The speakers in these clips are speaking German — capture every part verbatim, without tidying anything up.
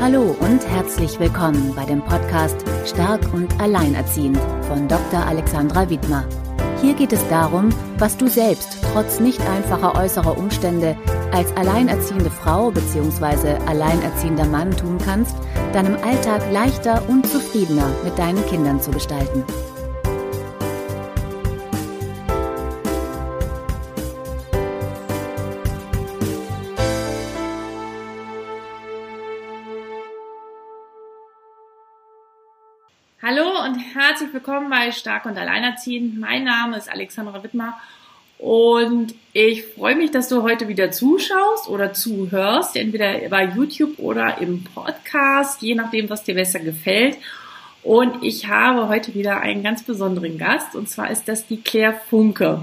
Hallo und herzlich willkommen bei dem Podcast Stark und Alleinerziehend von Doktor Alexandra Widmer. Hier geht es darum, was du selbst trotz nicht einfacher äußerer Umstände als alleinerziehende Frau bzw. alleinerziehender Mann tun kannst, deinem Alltag leichter und zufriedener mit deinen Kindern zu gestalten. Hallo und herzlich willkommen bei Stark und Alleinerziehend. Mein Name ist Alexandra Widmer und ich freue mich, dass du heute wieder zuschaust oder zuhörst, entweder bei YouTube oder im Podcast, je nachdem, was dir besser gefällt. Und ich habe heute wieder einen ganz besonderen Gast, und zwar ist das die Claire Funke.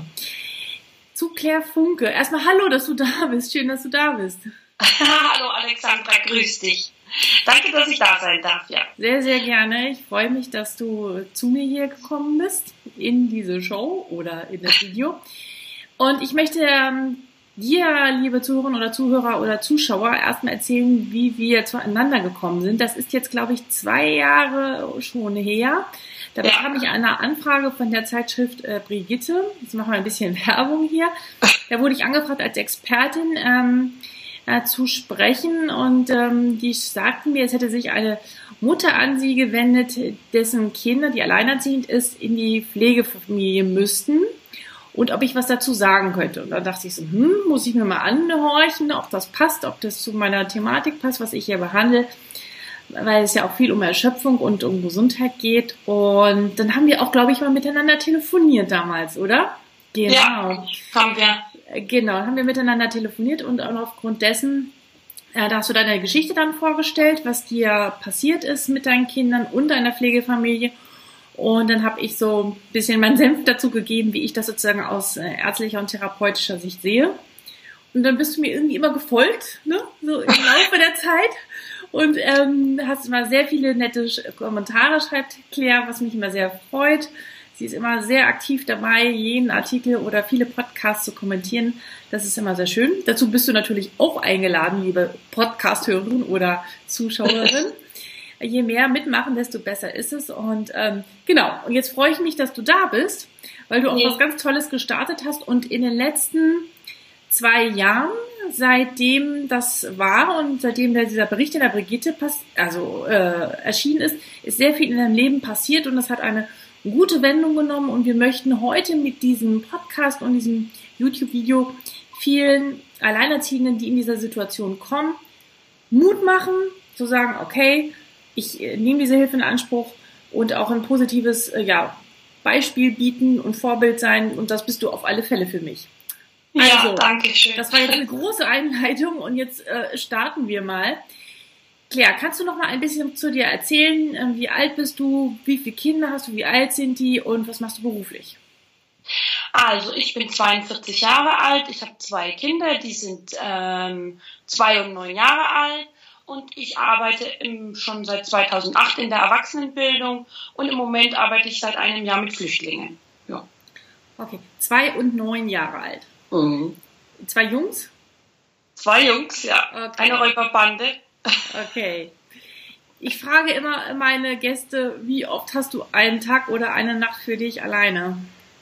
Zu Claire Funke. Erstmal hallo, dass du da bist. Schön, dass du da bist. Hallo Alexandra, grüß dich. Danke, dass ich da sein darf, ja. Sehr, sehr gerne. Ich freue mich, dass du zu mir hier gekommen bist, in diese Show oder in das Video. Und ich möchte ähm, dir, liebe Zuhörerinnen oder Zuhörer oder Zuschauer, erstmal erzählen, wie wir zueinander gekommen sind. Das ist jetzt, glaube ich, zwei Jahre schon her. Da Ja. bekam ich eine Anfrage von der Zeitschrift äh, Brigitte. Jetzt machen wir ein bisschen Werbung hier. Da wurde ich angefragt als Expertin, ähm, äh, zu sprechen, und ähm, die sagten mir, es hätte sich eine Mutter an sie gewendet, dessen Kinder, die alleinerziehend ist, in die Pflegefamilie müssten und ob ich was dazu sagen könnte. Und dann dachte ich so, hm, muss ich mir mal anhorchen, ob das passt, ob das zu meiner Thematik passt, was ich hier behandle, weil es ja auch viel um Erschöpfung und um Gesundheit geht. Und dann haben wir auch, glaube ich, mal miteinander telefoniert damals, oder? Genau. Ja, haben wir. Genau, haben wir miteinander telefoniert, und auch aufgrund dessen, äh, da hast du deine Geschichte dann vorgestellt, was dir passiert ist mit deinen Kindern und deiner Pflegefamilie. Und dann habe ich so ein bisschen meinen Senf dazu gegeben, wie ich das sozusagen aus äh, ärztlicher und therapeutischer Sicht sehe. Und dann bist du mir irgendwie immer gefolgt, ne? So im Laufe der Zeit. Und ähm, hast immer sehr viele nette Kommentare, schreibt Claire, was mich immer sehr freut. Sie ist immer sehr aktiv dabei, jeden Artikel oder viele Podcasts zu kommentieren. Das ist immer sehr schön. Dazu bist du natürlich auch eingeladen, liebe Podcast-Hörerin oder Zuschauerin. Je mehr mitmachen, desto besser ist es. Und ähm, genau, und jetzt freue ich mich, dass du da bist, weil du auch Ja. was ganz Tolles gestartet hast. Und in den letzten zwei Jahren, seitdem das war und seitdem dieser Bericht in der Brigitte pass- also, äh, erschienen ist, ist sehr viel in deinem Leben passiert, und das hat eine gute Wendung genommen, und wir möchten heute mit diesem Podcast und diesem YouTube-Video vielen Alleinerziehenden, die in dieser Situation kommen, Mut machen, zu sagen, okay, ich äh, nehme diese Hilfe in Anspruch, und auch ein positives äh, ja, Beispiel bieten und Vorbild sein, und das bist du auf alle Fälle für mich. Ja, Also, danke schön. das war jetzt eine große Einleitung, und jetzt äh, starten wir mal. Claire, kannst du noch mal ein bisschen zu dir erzählen? Ähm, wie alt bist du? Wie viele Kinder hast du? Wie alt sind die? Und was machst du beruflich? Also, ich bin zweiundvierzig Jahre alt, ich habe zwei Kinder, die sind ähm, zwei und neun Jahre alt, und ich arbeite im, schon seit zweitausendacht in der Erwachsenenbildung, und im Moment arbeite ich seit einem Jahr mit Flüchtlingen. Ja. Okay, zwei und neun Jahre alt. Mhm. Zwei Jungs? Zwei Jungs, ja. Okay. Eine Räuberbande. Okay. Ich frage immer meine Gäste, wie oft hast du einen Tag oder eine Nacht für dich alleine?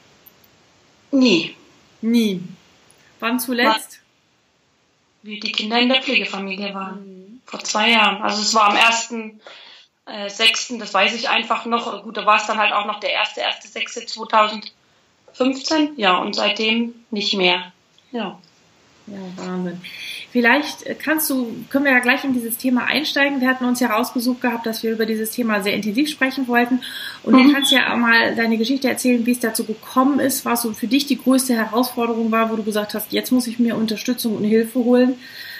Nie. Nie. Wann zuletzt? Wie die Kinder in der Pflegefamilie waren. Mhm. Vor zwei Jahren. Also es war am ersten äh, sechsten, das weiß ich einfach noch. Gut, da war es dann halt auch noch der erste, erste sechste zweitausendfünfzehn. Ja, und seitdem nicht mehr. Ja. Ja, Wahnsinn. Vielleicht kannst du, können wir ja gleich in dieses Thema einsteigen. Wir hatten uns ja rausgesucht gehabt, dass wir über dieses Thema sehr intensiv sprechen wollten. Und Mhm. du kannst ja auch mal deine Geschichte erzählen, wie es dazu gekommen ist, was so für dich die größte Herausforderung war, wo du gesagt hast, jetzt muss ich mir Unterstützung und Hilfe holen.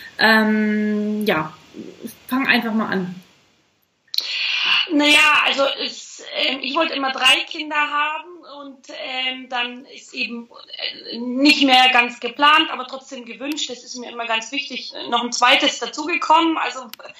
Ähm, ja, fang einfach mal an. Naja, also es, ähm, ich wollte immer drei Kinder haben, und ähm, dann ist eben äh, nicht mehr ganz geplant, aber trotzdem gewünscht. Das ist mir immer ganz wichtig. Noch ein zweites dazugekommen. Also,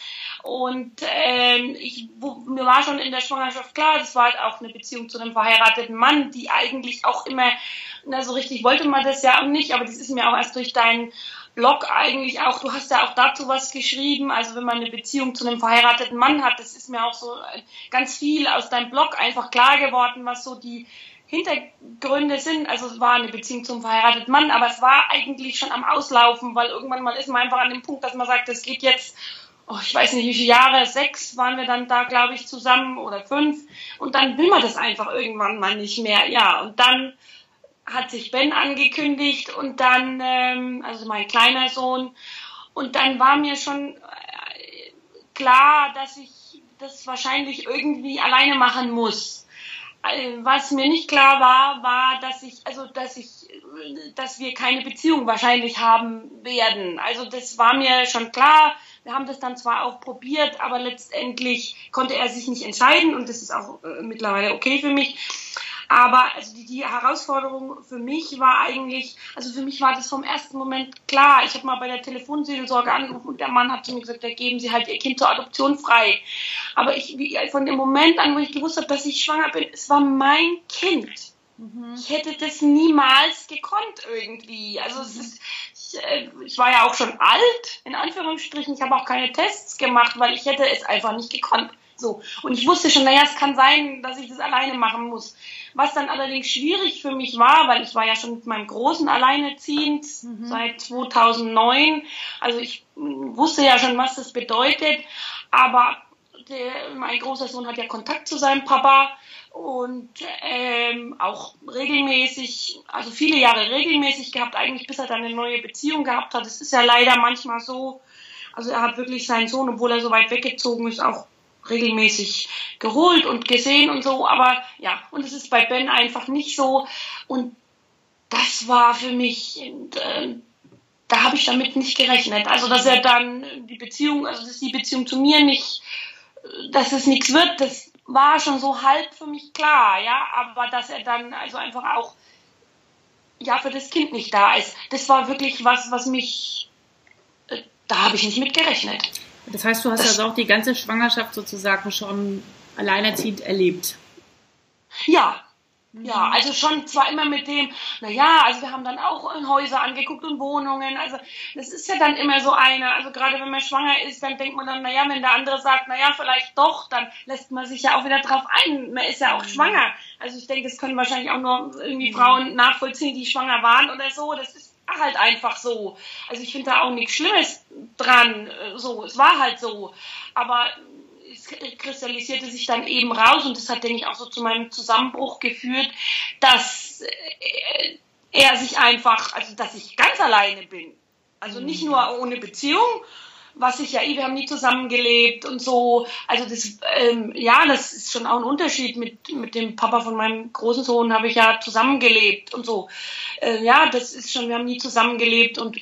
Und ähm, ich, wo, mir war schon in der Schwangerschaft klar, das war halt auch eine Beziehung zu einem verheirateten Mann, die eigentlich auch immer, na so richtig wollte man das ja auch nicht, aber das ist mir auch erst durch deinen Blog eigentlich auch, du hast ja auch dazu was geschrieben, also wenn man eine Beziehung zu einem verheirateten Mann hat, das ist mir auch so ganz viel aus deinem Blog einfach klar geworden, was so die Hintergründe sind. Also es war eine Beziehung zum verheirateten Mann, aber es war eigentlich schon am Auslaufen, weil irgendwann mal ist man einfach an dem Punkt, dass man sagt, das geht jetzt, oh, ich weiß nicht wie viele Jahre, sechs waren wir dann da, glaube ich, zusammen oder fünf und dann will man das einfach irgendwann mal nicht mehr, ja, und dann hat sich Ben angekündigt und dann, ähm, also mein kleiner Sohn, und dann war mir schon äh, klar, dass ich das wahrscheinlich irgendwie alleine machen muss. Äh, was mir nicht klar war, war, dass ich, also dass ich, dass wir keine Beziehung wahrscheinlich haben werden. Also das war mir schon klar. Wir haben das dann zwar auch probiert, aber letztendlich konnte er sich nicht entscheiden und das ist auch äh, mittlerweile okay für mich. Aber also die, die Herausforderung für mich war eigentlich, also für mich war das vom ersten Moment klar. Ich habe mal bei der Telefonseelsorge angerufen und der Mann hat zu mir gesagt, da geben Sie halt Ihr Kind zur Adoption frei. Aber ich, wie, von dem Moment an, wo ich gewusst habe, dass ich schwanger bin, es war mein Kind. Mhm. Ich hätte das niemals gekonnt irgendwie. Also mhm. es ist, ich, ich war ja auch schon alt, in Anführungsstrichen. Ich habe auch keine Tests gemacht, weil ich hätte es einfach nicht gekonnt. So. Und ich wusste schon, naja, es kann sein, dass ich das alleine machen muss. Was dann allerdings schwierig für mich war, weil ich war ja schon mit meinem Großen alleinerziehend mhm. seit zweitausendneun. Also ich wusste ja schon, was das bedeutet. Aber der, mein großer Sohn hat ja Kontakt zu seinem Papa und ähm, auch regelmäßig, also viele Jahre regelmäßig gehabt, eigentlich bis er dann eine neue Beziehung gehabt hat. Es ist ja leider manchmal so, also er hat wirklich seinen Sohn, obwohl er so weit weggezogen ist, auch regelmäßig geholt und gesehen und so, aber ja, und es ist bei Ben einfach nicht so und das war für mich, und, äh, da habe ich damit nicht gerechnet, also dass er dann die Beziehung, also dass die Beziehung zu mir nicht, dass es nichts wird, das war schon so halb für mich klar, ja, aber dass er dann also einfach auch ja für das Kind nicht da ist, das war wirklich was, was mich, äh, da habe ich nicht mit gerechnet. Das heißt, du hast also auch die ganze Schwangerschaft sozusagen schon alleinerziehend erlebt. Ja, mhm. ja, also schon zwar immer mit dem, naja, also wir haben dann auch Häuser angeguckt und Wohnungen, also das ist ja dann immer so eine, also gerade wenn man schwanger ist, dann denkt man dann, naja, wenn der andere sagt, naja, vielleicht doch, dann lässt man sich ja auch wieder drauf ein, man ist ja auch mhm. schwanger. Also ich denke, das können wahrscheinlich auch nur irgendwie mhm. Frauen nachvollziehen, die schwanger waren oder so, das ist halt einfach so. Also ich finde da auch nichts Schlimmes dran. So, es war halt so. Aber es kristallisierte sich dann eben raus und das hat, denke ich, auch so zu meinem Zusammenbruch geführt, dass er sich einfach, also dass ich ganz alleine bin. Also nicht nur ohne Beziehung, was ich ja eh, wir haben nie zusammengelebt und so. Also das, ähm, ja, das ist schon auch ein Unterschied. Mit, mit dem Papa von meinem großen Sohn habe ich ja zusammengelebt und so. Äh, ja, das ist schon, wir haben nie zusammengelebt und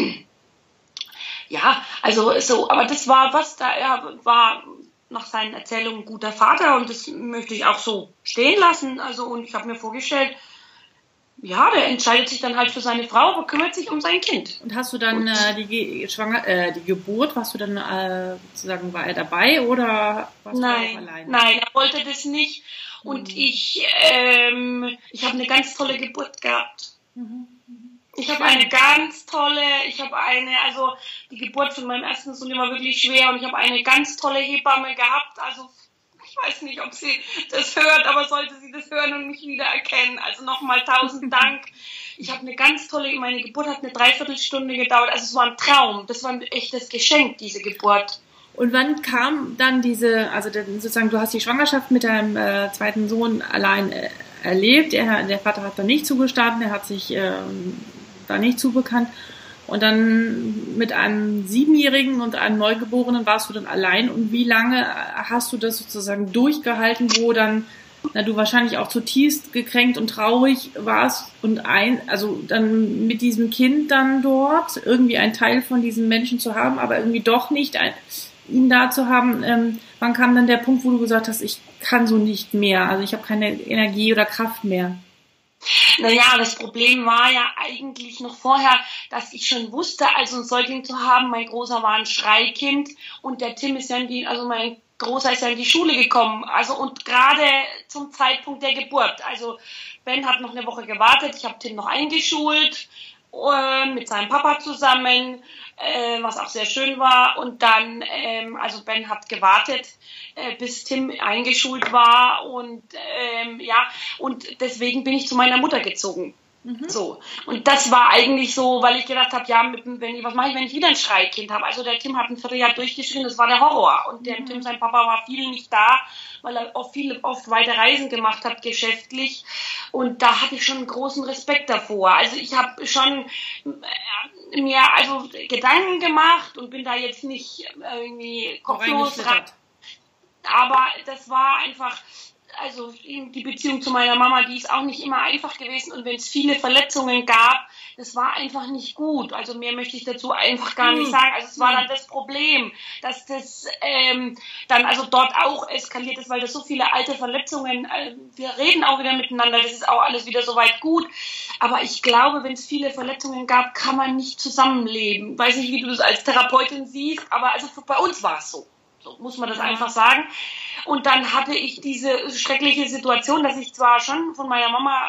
ja, also so, aber das war was, da er war nach seinen Erzählungen ein guter Vater und das möchte ich auch so stehen lassen. Also und ich habe mir vorgestellt, ja, der entscheidet sich dann halt für seine Frau, aber kümmert sich um sein Kind. Und hast du dann äh, die, Schwanger, äh, die Geburt, warst du dann äh, sozusagen, war er dabei oder warst nein, du auch alleine? Nein, er wollte das nicht. Und mhm. ich, ähm, ich habe eine ganz tolle Geburt gehabt. Mhm. Ich habe eine ganz tolle, ich habe eine, also die Geburt von meinem ersten Sohn war wirklich schwer und ich habe eine ganz tolle Hebamme gehabt, also ich weiß nicht, ob sie das hört, aber sollte sie das hören und mich wieder erkennen. Also nochmal tausend Dank. Ich habe eine ganz tolle, meine Geburt hat eine Dreiviertelstunde gedauert. Also es war ein Traum. Das war ein echtes Geschenk, diese Geburt. Und wann kam dann diese, also sozusagen, du hast die Schwangerschaft mit deinem äh, zweiten Sohn allein äh, erlebt. Er, der Vater hat da nicht zugestanden, er hat sich äh, da nicht zubekannt. Und dann mit einem Siebenjährigen und einem Neugeborenen warst du dann allein. Und wie lange hast du das sozusagen durchgehalten, wo dann, na, du wahrscheinlich auch zutiefst gekränkt und traurig warst und ein, also dann mit diesem Kind dann dort irgendwie ein Teil von diesen Menschen zu haben, aber irgendwie doch nicht ein, ihn da zu haben. Ähm, wann kam dann der Punkt, wo du gesagt hast, ich kann so nicht mehr, also ich habe keine Energie oder Kraft mehr? Naja, das Problem war ja eigentlich noch vorher, dass ich schon wusste, also ein Säugling zu haben, mein Großer war ein Schreikind und der Tim ist ja in die, also mein Großer ist ja in die Schule gekommen, also und gerade zum Zeitpunkt der Geburt, also Ben hat noch eine Woche gewartet, ich habe Tim noch eingeschult, äh, mit seinem Papa zusammen, äh, was auch sehr schön war und dann, ähm, also Ben hat gewartet, äh, bis Tim eingeschult war und ähm, ja, und deswegen bin ich zu meiner Mutter gezogen. Mhm. So. Und das war eigentlich so, weil ich gedacht habe, ja, mit, wenn ich, was mache ich, wenn ich wieder ein Schreikind habe? Also der Tim hat ein Vierteljahr durchgeschrien, das war der Horror. Und der mhm. Tim, sein Papa, war viel nicht da, weil er oft, viele, oft weite Reisen gemacht hat, geschäftlich. Und da hatte ich schon einen großen Respekt davor. Also ich habe schon äh, mir also Gedanken gemacht und bin da jetzt nicht irgendwie kopflos dran. Aber das war einfach... Also die Beziehung zu meiner Mama, die ist auch nicht immer einfach gewesen und wenn es viele Verletzungen gab, das war einfach nicht gut. Also mehr möchte ich dazu einfach gar nicht sagen. Also es war dann das Problem, dass das ähm, dann also dort auch eskaliert ist, weil das so viele alte Verletzungen, äh, wir reden auch wieder miteinander, das ist auch alles wieder soweit gut. Aber ich glaube, wenn es viele Verletzungen gab, kann man nicht zusammenleben. Weiß nicht, wie du das als Therapeutin siehst, aber also bei uns war es so. So muss man das ja. einfach sagen. Und dann hatte ich diese schreckliche Situation, dass ich zwar schon von meiner Mama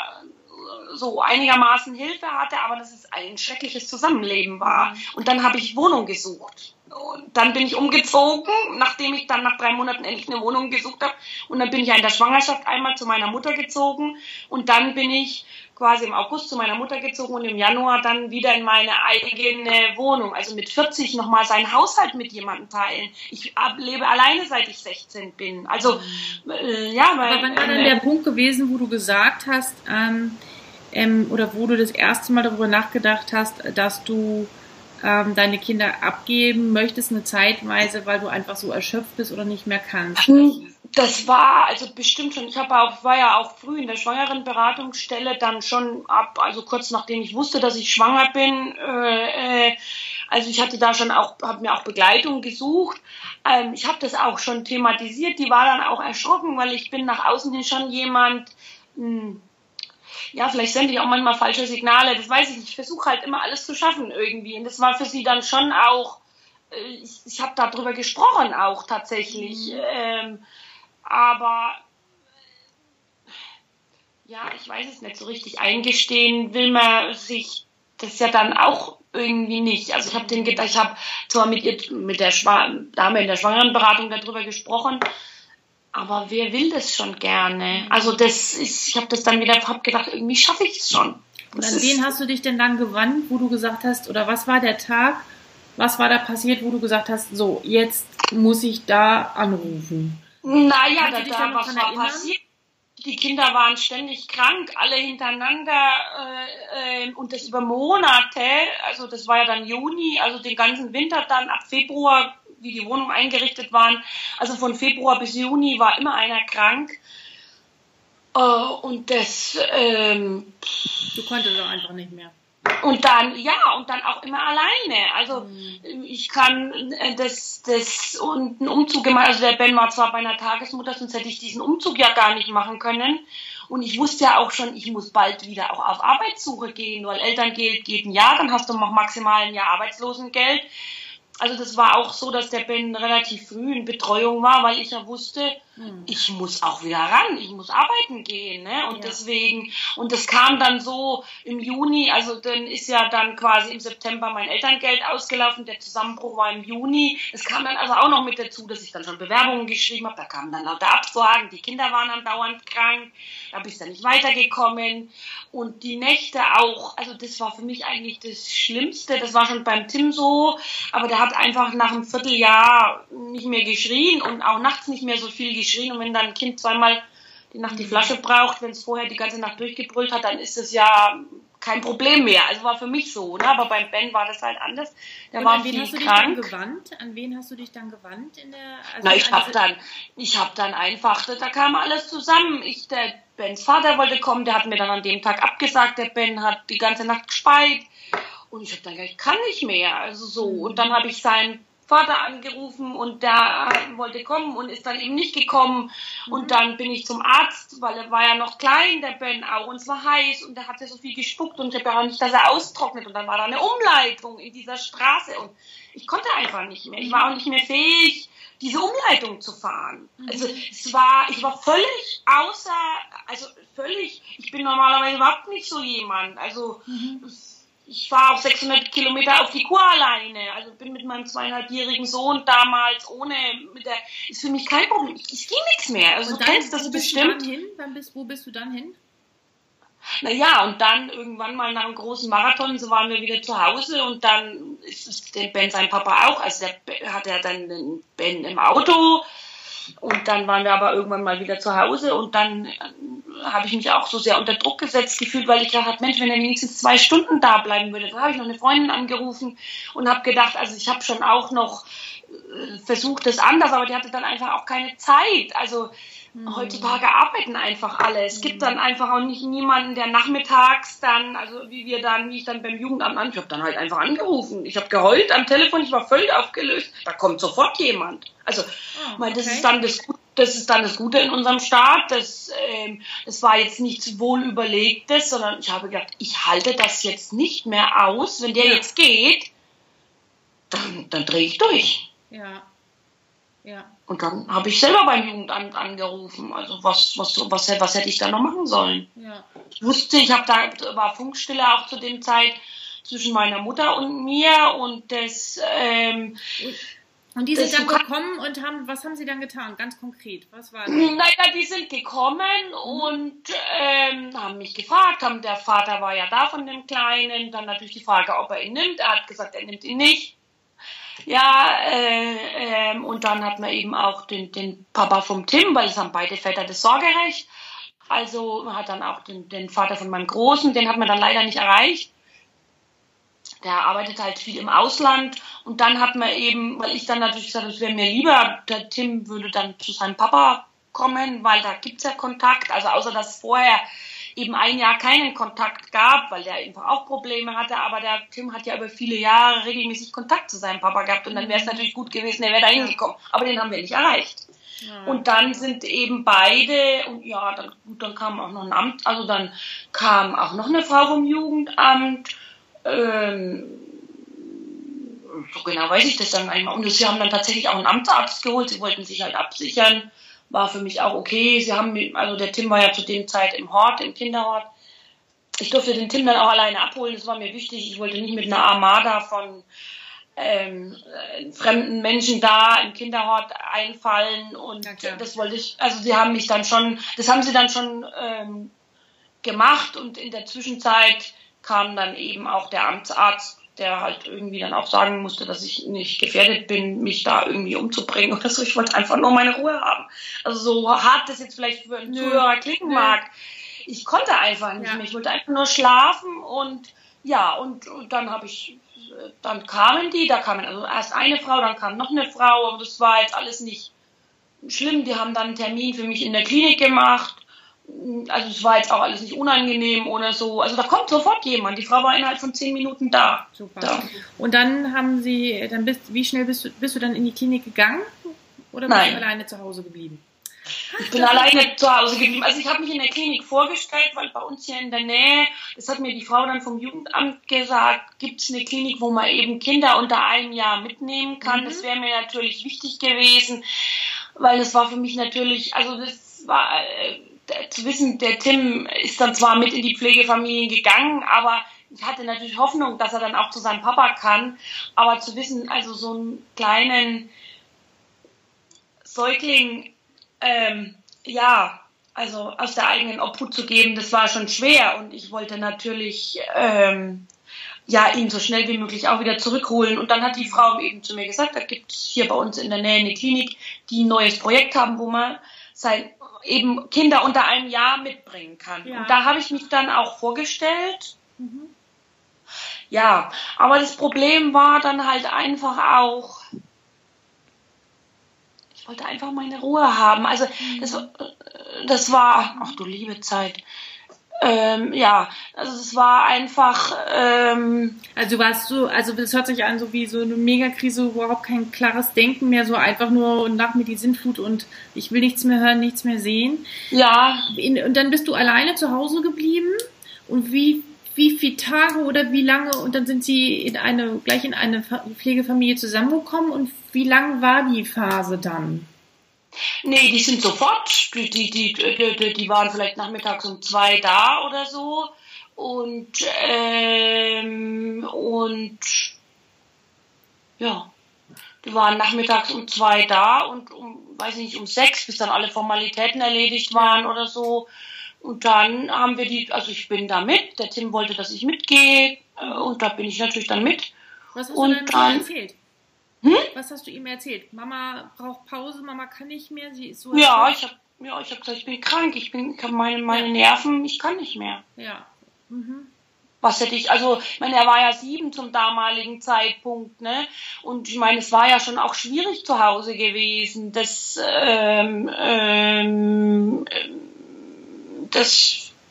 so einigermaßen Hilfe hatte, aber dass es ein schreckliches Zusammenleben war. Und dann habe ich Wohnung gesucht. Und dann bin ich umgezogen, nachdem ich dann nach drei Monaten endlich eine Wohnung gesucht habe. Und dann bin ich ja in der Schwangerschaft einmal zu meiner Mutter gezogen. Und dann bin ich quasi im August zu meiner Mutter gezogen und im Januar dann wieder in meine eigene Wohnung. Also mit vierzig nochmal seinen Haushalt mit jemandem teilen. Ich lebe alleine, seit ich sechzehn bin. Also, äh, ja. Weil, Aber wann war denn der Punkt gewesen, wo du gesagt hast, ähm, ähm, oder wo du das erste Mal darüber nachgedacht hast, dass du ähm, deine Kinder abgeben möchtest, eine Zeitweise, weil du einfach so erschöpft bist oder nicht mehr kannst? Das war also bestimmt schon, ich habe auch, war ja auch früh in der Schwangerenberatungsstelle, dann schon ab, also kurz nachdem ich wusste, dass ich schwanger bin, äh, äh, also ich hatte da schon auch, habe mir auch Begleitung gesucht, ähm, ich habe das auch schon thematisiert, die war dann auch erschrocken, weil ich bin nach außen hin schon jemand, mh, ja, vielleicht sende ich auch manchmal falsche Signale, das weiß ich nicht, ich versuche halt immer alles zu schaffen irgendwie und das war für sie dann schon auch, äh, ich, ich habe darüber gesprochen auch tatsächlich, mhm. ähm, aber ja, ich weiß es nicht so richtig, eingestehen will man sich das ja dann auch irgendwie nicht. Also ich habe den gedacht, ich habe zwar mit ihr, mit der Schwa- Dame in der Schwangerenberatung darüber gesprochen, aber wer will das schon gerne? Also das ist, ich habe das dann wieder hab gedacht, irgendwie schaffe ich es schon. Und an wen hast du dich denn dann gewandt, wo du gesagt hast, oder was war der Tag, was war da passiert, wo du gesagt hast, so, jetzt muss ich da anrufen? Naja, da, da was war erinnern? passiert. Die Kinder waren ständig krank, alle hintereinander äh, äh, und das über Monate, also das war ja dann Juni, also den ganzen Winter dann ab Februar, wie die Wohnungen eingerichtet waren, also von Februar bis Juni war immer einer krank äh, und das... Ähm, du konntest auch einfach nicht mehr. Und dann, ja, und dann auch immer alleine. Also mhm. ich kann das, das und einen Umzug gemacht, also der Ben war zwar bei einer Tagesmutter, sonst hätte ich diesen Umzug ja gar nicht machen können. Und ich wusste ja auch schon, ich muss bald wieder auch auf Arbeitssuche gehen, weil Elterngeld geht ein Jahr, dann hast du noch maximal ein Jahr Arbeitslosengeld. Also das war auch so, dass der Ben relativ früh in Betreuung war, weil ich ja wusste, hm. ich muss auch wieder ran, ich muss arbeiten gehen, ne? Und ja. deswegen, und das kam dann so im Juni, also dann ist ja dann quasi im September mein Elterngeld ausgelaufen, der Zusammenbruch war im Juni. Es kam dann also auch noch mit dazu, dass ich dann schon Bewerbungen geschrieben habe, da kamen dann lauter Absagen, die Kinder waren dann dauernd krank, da bin ich dann nicht weitergekommen. Und die Nächte auch, also das war für mich eigentlich das Schlimmste, das war schon beim Tim so, aber der hat einfach nach einem Vierteljahr nicht mehr geschrien und auch nachts nicht mehr so viel geschrien. Und wenn dann ein Kind zweimal die Nacht die Flasche braucht, wenn es vorher die ganze Nacht durchgebrüllt hat, dann ist das ja kein Problem mehr. Also war für mich so, ne? Aber beim Ben war das halt anders. Der und war an wen viel hast du dich krank. Dann gewandt? An wen hast du dich dann gewandt in der? Also Na, ich habe dann, ich habe dann einfach, da kam alles zusammen. Ich, der Bens Vater wollte kommen, der hat mir dann an dem Tag abgesagt. Der Ben hat die ganze Nacht gespeit und ich habe dann gesagt, ich kann nicht mehr. Also so. Und dann habe ich seinen Vater angerufen und der wollte kommen und ist dann eben nicht gekommen. Mhm. Und dann bin ich zum Arzt, weil er war ja noch klein, der Ben auch, und es war heiß und der hatte so viel gespuckt und ich habe ja auch nicht, dass er austrocknet. Und dann war da eine Umleitung in dieser Straße und ich konnte einfach nicht mehr. Ich war auch nicht mehr fähig, diese Umleitung zu fahren. Mhm. Also es war, ich war völlig außer, also völlig, ich bin normalerweise überhaupt nicht so jemand. Also mhm. ich fahre auch sechshundert Kilometer auf die Kur alleine. Also bin mit meinem zweieinhalbjährigen Sohn damals ohne, mit der, ist für mich kein Problem. Ich, ich gehe nichts mehr. Also und du dann, kennst das wo bist bestimmt. Du dann hin? Wann bist, wo bist du dann hin? Naja, und dann irgendwann mal nach einem großen Marathon, so waren wir wieder zu Hause und dann ist es der Ben sein Papa auch. Also der hat er dann den Ben im Auto. Und dann waren wir aber irgendwann mal wieder zu Hause und dann äh, habe ich mich auch so sehr unter Druck gesetzt gefühlt, weil ich gedacht habe, Mensch, wenn er wenigstens zwei Stunden da bleiben würde. Dann habe ich noch eine Freundin angerufen und habe gedacht, also ich habe schon auch noch äh, versucht, das anders, aber die hatte dann einfach auch keine Zeit. Also mhm. heutzutage arbeiten einfach alle. Es mhm. gibt dann einfach auch nicht niemanden, der nachmittags dann, also wie wir dann, wie ich dann beim Jugendamt an, ich habe dann halt einfach angerufen. Ich habe geheult am Telefon, ich war völlig aufgelöst. Da kommt sofort jemand. Also, oh, weil das okay. ist dann das, das ist dann das Gute in unserem Staat. Das, ähm, das war jetzt nichts Wohlüberlegtes, sondern ich habe gedacht, ich halte das jetzt nicht mehr aus. Wenn der ja. jetzt geht, dann, dann drehe ich durch. Ja. Ja. Und dann habe ich selber beim Jugendamt angerufen. Also was, was, was, was hätte ich da noch machen sollen? Ja. Ich wusste, ich habe da war Funkstille auch zu dem Zeit zwischen meiner Mutter und mir und das. Ähm, und die sind dann gekommen und haben, was haben sie dann getan, ganz konkret? Was war das? Naja, die sind gekommen mhm. und ähm, haben mich gefragt, haben, der Vater war ja da von dem Kleinen, dann natürlich die Frage, ob er ihn nimmt. Er hat gesagt, er nimmt ihn nicht. Ja, äh, ähm, und dann hat man eben auch den, den Papa vom Tim, weil es haben beide Väter das Sorgerecht. Also man hat dann auch den, den Vater von meinem Großen, den hat man dann leider nicht erreicht. Der arbeitet halt viel im Ausland und dann hat man eben, weil ich dann natürlich gesagt habe, es wäre mir lieber, der Tim würde dann zu seinem Papa kommen, weil da gibt's ja Kontakt, also außer dass es vorher eben ein Jahr keinen Kontakt gab, weil der einfach auch Probleme hatte, aber der Tim hat ja über viele Jahre regelmäßig Kontakt zu seinem Papa gehabt und dann wäre es natürlich gut gewesen, er wäre da hingekommen, aber den haben wir nicht erreicht. Ja. Und dann sind eben beide, und ja, dann, gut, dann kam auch noch ein Amt, also dann kam auch noch eine Frau vom Jugendamt, ähm, so genau weiß ich das dann einmal. Und sie haben dann tatsächlich auch einen Amtsarzt geholt, sie wollten sich halt absichern, war für mich auch okay. Sie haben, also der Tim war ja zu der Zeit im Hort, im Kinderhort. Ich durfte den Tim dann auch alleine abholen, das war mir wichtig. Ich wollte nicht mit einer Armada von ähm, fremden Menschen da im Kinderhort einfallen und ja, das wollte ich, also sie haben mich dann schon, das haben sie dann schon ähm, gemacht und in der Zwischenzeit kam dann eben auch der Amtsarzt, der halt irgendwie dann auch sagen musste, dass ich nicht gefährdet bin, mich da irgendwie umzubringen oder so. Ich wollte einfach nur meine Ruhe haben. Also so hart das jetzt vielleicht für einen Zuhörer klingen mag. Ich konnte einfach nicht ja. mehr. Ich wollte einfach nur schlafen und ja, und, und dann habe ich, dann kamen die, da kamen also erst eine Frau, dann kam noch eine Frau, aber das war jetzt alles nicht schlimm. Die haben dann einen Termin für mich in der Klinik gemacht. Also es war jetzt auch alles nicht unangenehm oder so. Also da kommt sofort jemand. Die Frau war innerhalb von zehn Minuten da. Super. Da. Und dann haben sie, dann bist, wie schnell bist du, bist du dann in die Klinik gegangen? Oder bist Nein. du alleine zu Hause geblieben? Ich bin alleine zu Hause geblieben. Also ich habe mich in der Klinik vorgestellt, weil bei uns hier in der Nähe, das hat mir die Frau dann vom Jugendamt gesagt, gibt es eine Klinik, wo man eben Kinder unter einem Jahr mitnehmen kann. Mhm. Das wäre mir natürlich wichtig gewesen, weil das war für mich natürlich, also das war... Äh, zu wissen, der Tim ist dann zwar mit in die Pflegefamilien gegangen, aber ich hatte natürlich Hoffnung, dass er dann auch zu seinem Papa kann. Aber zu wissen, also so einen kleinen Säugling, ähm, ja, also aus der eigenen Obhut zu geben, das war schon schwer. Und ich wollte natürlich, ähm, ja, ihn so schnell wie möglich auch wieder zurückholen. Und dann hat die Frau eben zu mir gesagt, da gibt es hier bei uns in der Nähe eine Klinik, die ein neues Projekt haben, wo man sein eben Kinder unter einem Jahr mitbringen kann. Ja. Und da habe ich mich dann auch vorgestellt. Mhm. Ja, aber das Problem war dann halt einfach auch, ich wollte einfach meine Ruhe haben. Also mhm. das, das war, ach du liebe Zeit, ähm, ja, Also es war einfach... Ähm, also warst du, also das hört sich an so wie so eine Megakrise, überhaupt kein klares Denken mehr, so einfach nur und nach mir die Sinnflut und ich will nichts mehr hören, nichts mehr sehen. Ja. Und dann bist du alleine zu Hause geblieben und wie, wie viele Tage oder wie lange und dann sind sie in eine, gleich in eine Pflegefamilie zusammengekommen und wie lang war die Phase dann? Nee, die sind sofort, die, die, die, die, die waren vielleicht nachmittags um zwei da oder so und, ähm, und, ja, die waren nachmittags um zwei da und um, weiß ich nicht, um sechs, bis dann alle Formalitäten erledigt waren oder so. Und dann haben wir die, also ich bin da mit, der Tim wollte, dass ich mitgehe und da bin ich natürlich dann mit. Was hast und du denn dann erzählt? Hm? Was hast du ihm erzählt? Mama braucht Pause, Mama kann nicht mehr, sie ist so... Ja, ich habe ja, ich hab gesagt, ich bin krank, ich bin, ich habe meine, meine Nerven, ich kann nicht mehr. Ja. Mhm. Was hätte ich, also, ich meine, er war ja sieben zum damaligen Zeitpunkt, ne? Und ich meine, es war ja schon auch schwierig zu Hause gewesen. Das, ähm, ähm, das...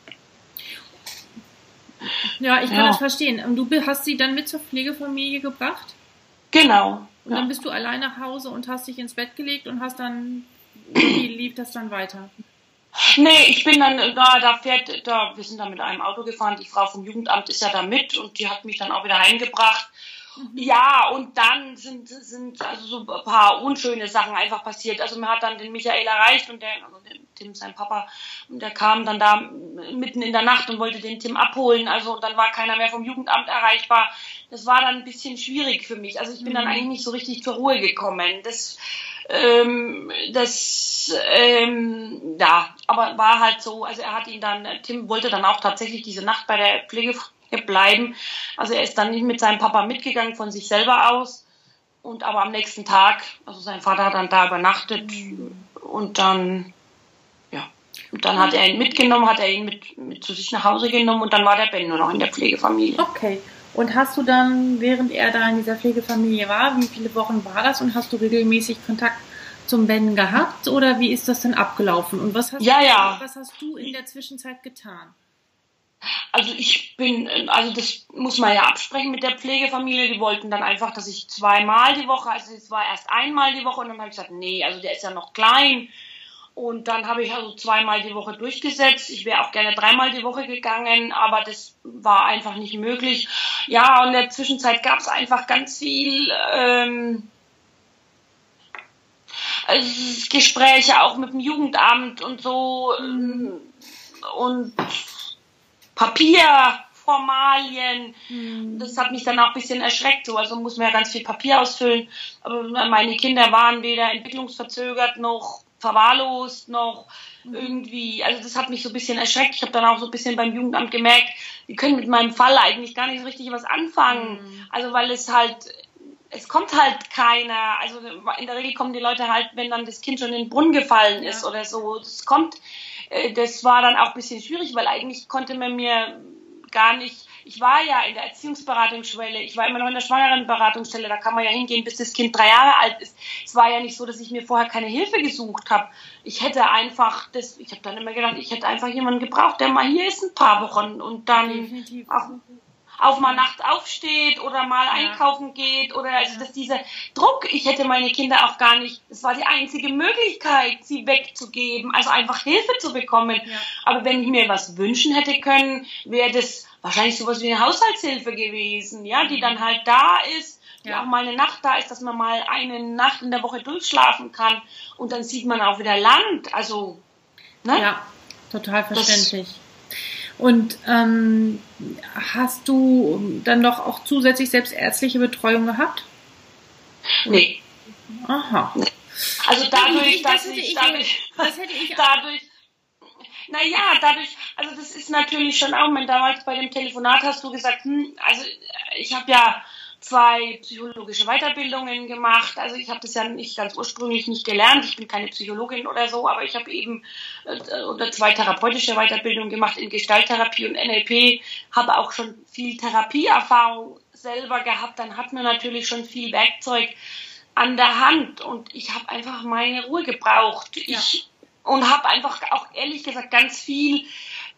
Ja, ich kann ja. das verstehen. Und du hast sie dann mit zur Pflegefamilie gebracht? Genau. Und dann bist du allein nach Hause und hast dich ins Bett gelegt und hast dann, wie lief das dann weiter? Nee, ich bin dann da, da fährt, da, wir sind dann mit einem Auto gefahren, die Frau vom Jugendamt ist ja da mit und die hat mich dann auch wieder heimgebracht. Mhm. Ja, und dann sind, sind also so ein paar unschöne Sachen einfach passiert. Also man hat dann den Michael erreicht und der, also den Tim, sein Papa, und der kam dann da mitten in der Nacht und wollte den Tim abholen. Also und dann war keiner mehr vom Jugendamt erreichbar. Das war dann ein bisschen schwierig für mich. Also ich bin mhm. dann eigentlich nicht so richtig zur Ruhe gekommen. Das, ähm, das, ähm, ja, aber war halt so. Also er hat ihn dann, Tim wollte dann auch tatsächlich diese Nacht bei der Pflegefamilie bleiben. Also er ist dann nicht mit seinem Papa mitgegangen von sich selber aus. Und aber am nächsten Tag, also sein Vater hat dann da übernachtet mhm. und dann, ja, und dann hat er ihn mitgenommen, hat er ihn mit, mit zu sich nach Hause genommen und dann war der Ben nur noch in der Pflegefamilie. Okay. Und hast du dann, während er da in dieser Pflegefamilie war, wie viele Wochen war das und hast du regelmäßig Kontakt zum Ben gehabt oder wie ist das denn abgelaufen? Und was hast, ja, du, ja. was hast du in der Zwischenzeit getan? Also ich bin, also das muss man ja absprechen mit der Pflegefamilie, die wollten dann einfach, dass ich zweimal die Woche, also es war erst einmal die Woche und dann habe ich gesagt, nee, also der ist ja noch klein. Und dann habe ich also zweimal die Woche durchgesetzt. Ich wäre auch gerne dreimal die Woche gegangen, aber das war einfach nicht möglich. Ja, und in der Zwischenzeit gab es einfach ganz viel ähm, also Gespräche auch mit dem Jugendamt und so ähm, und Papierformalien. Mhm. Das hat mich dann auch ein bisschen erschreckt. So. Also muss man ja ganz viel Papier ausfüllen. Aber meine Kinder waren weder entwicklungsverzögert noch verwahrlost noch mhm. irgendwie, also das hat mich so ein bisschen erschreckt. Ich habe dann auch so ein bisschen beim Jugendamt gemerkt, die können mit meinem Fall eigentlich gar nicht so richtig was anfangen. Mhm. Also weil es halt, es kommt halt keiner, also in der Regel kommen die Leute halt, wenn dann das Kind schon in den Brunnen gefallen ist ja. oder so. Das kommt, das war dann auch ein bisschen schwierig, weil eigentlich konnte man mir gar nicht, ich war ja in der Erziehungsberatungsschwelle, ich war immer noch in der Schwangerenberatungsstelle, da kann man ja hingehen, bis das Kind drei Jahre alt ist. Es war ja nicht so, dass ich mir vorher keine Hilfe gesucht habe. Ich hätte einfach, das, ich habe dann immer gedacht, ich hätte einfach jemanden gebraucht, der mal hier ist ein paar Wochen und dann auch, auch mal nachts aufsteht oder mal ja. einkaufen geht oder also dass dieser Druck, ich hätte meine Kinder auch gar nicht, es war die einzige Möglichkeit, sie wegzugeben, also einfach Hilfe zu bekommen. Ja. Aber wenn ich mir was wünschen hätte können, wäre das wahrscheinlich sowas wie eine Haushaltshilfe gewesen, ja, die dann halt da ist, die ja. auch mal eine Nacht da ist, dass man mal eine Nacht in der Woche durchschlafen kann und dann sieht man auch wieder Land, also, ne? Ja, total verständlich. Das, und ähm, hast du dann noch auch zusätzlich selbst ärztliche Betreuung gehabt? Nee. Aha. Nee. Also dadurch, ich, dass das ich, ich, dadurch, das hätte ich dadurch, naja, dadurch, also das ist natürlich schon auch, mein, damals bei dem Telefonat hast du gesagt, hm, also ich habe ja zwei psychologische Weiterbildungen gemacht, also ich habe das ja nicht ganz ursprünglich nicht gelernt, ich bin keine Psychologin oder so, aber ich habe eben äh, oder zwei therapeutische Weiterbildungen gemacht in Gestalttherapie und N L P, habe auch schon viel Therapieerfahrung selber gehabt, dann hat man natürlich schon viel Werkzeug an der Hand und ich habe einfach meine Ruhe gebraucht. Ja. Ich und habe einfach auch ehrlich gesagt ganz viel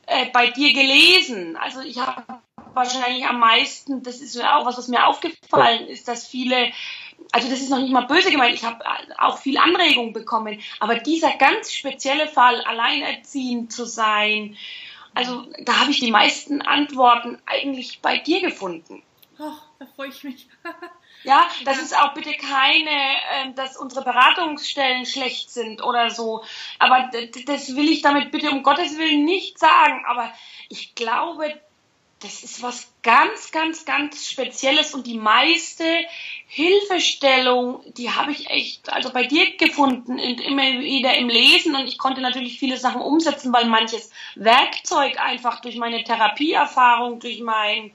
äh, bei dir gelesen. Also ich habe wahrscheinlich am meisten, das ist auch was, was mir aufgefallen ist, dass viele, also das ist noch nicht mal böse gemeint, ich habe auch viel Anregung bekommen, aber dieser ganz spezielle Fall, alleinerziehend zu sein, also da habe ich die meisten Antworten eigentlich bei dir gefunden. Oh, da freue ich mich. Ja, das ist auch bitte keine, äh, dass unsere Beratungsstellen schlecht sind oder so. Aber d- das will ich damit bitte um Gottes Willen nicht sagen. Aber ich glaube, das ist was ganz, ganz, ganz Spezielles. Und die meiste Hilfestellung, die habe ich echt, also bei dir gefunden, und immer wieder im Lesen. Und ich konnte natürlich viele Sachen umsetzen, weil manches Werkzeug einfach durch meine Therapieerfahrung, durch mein...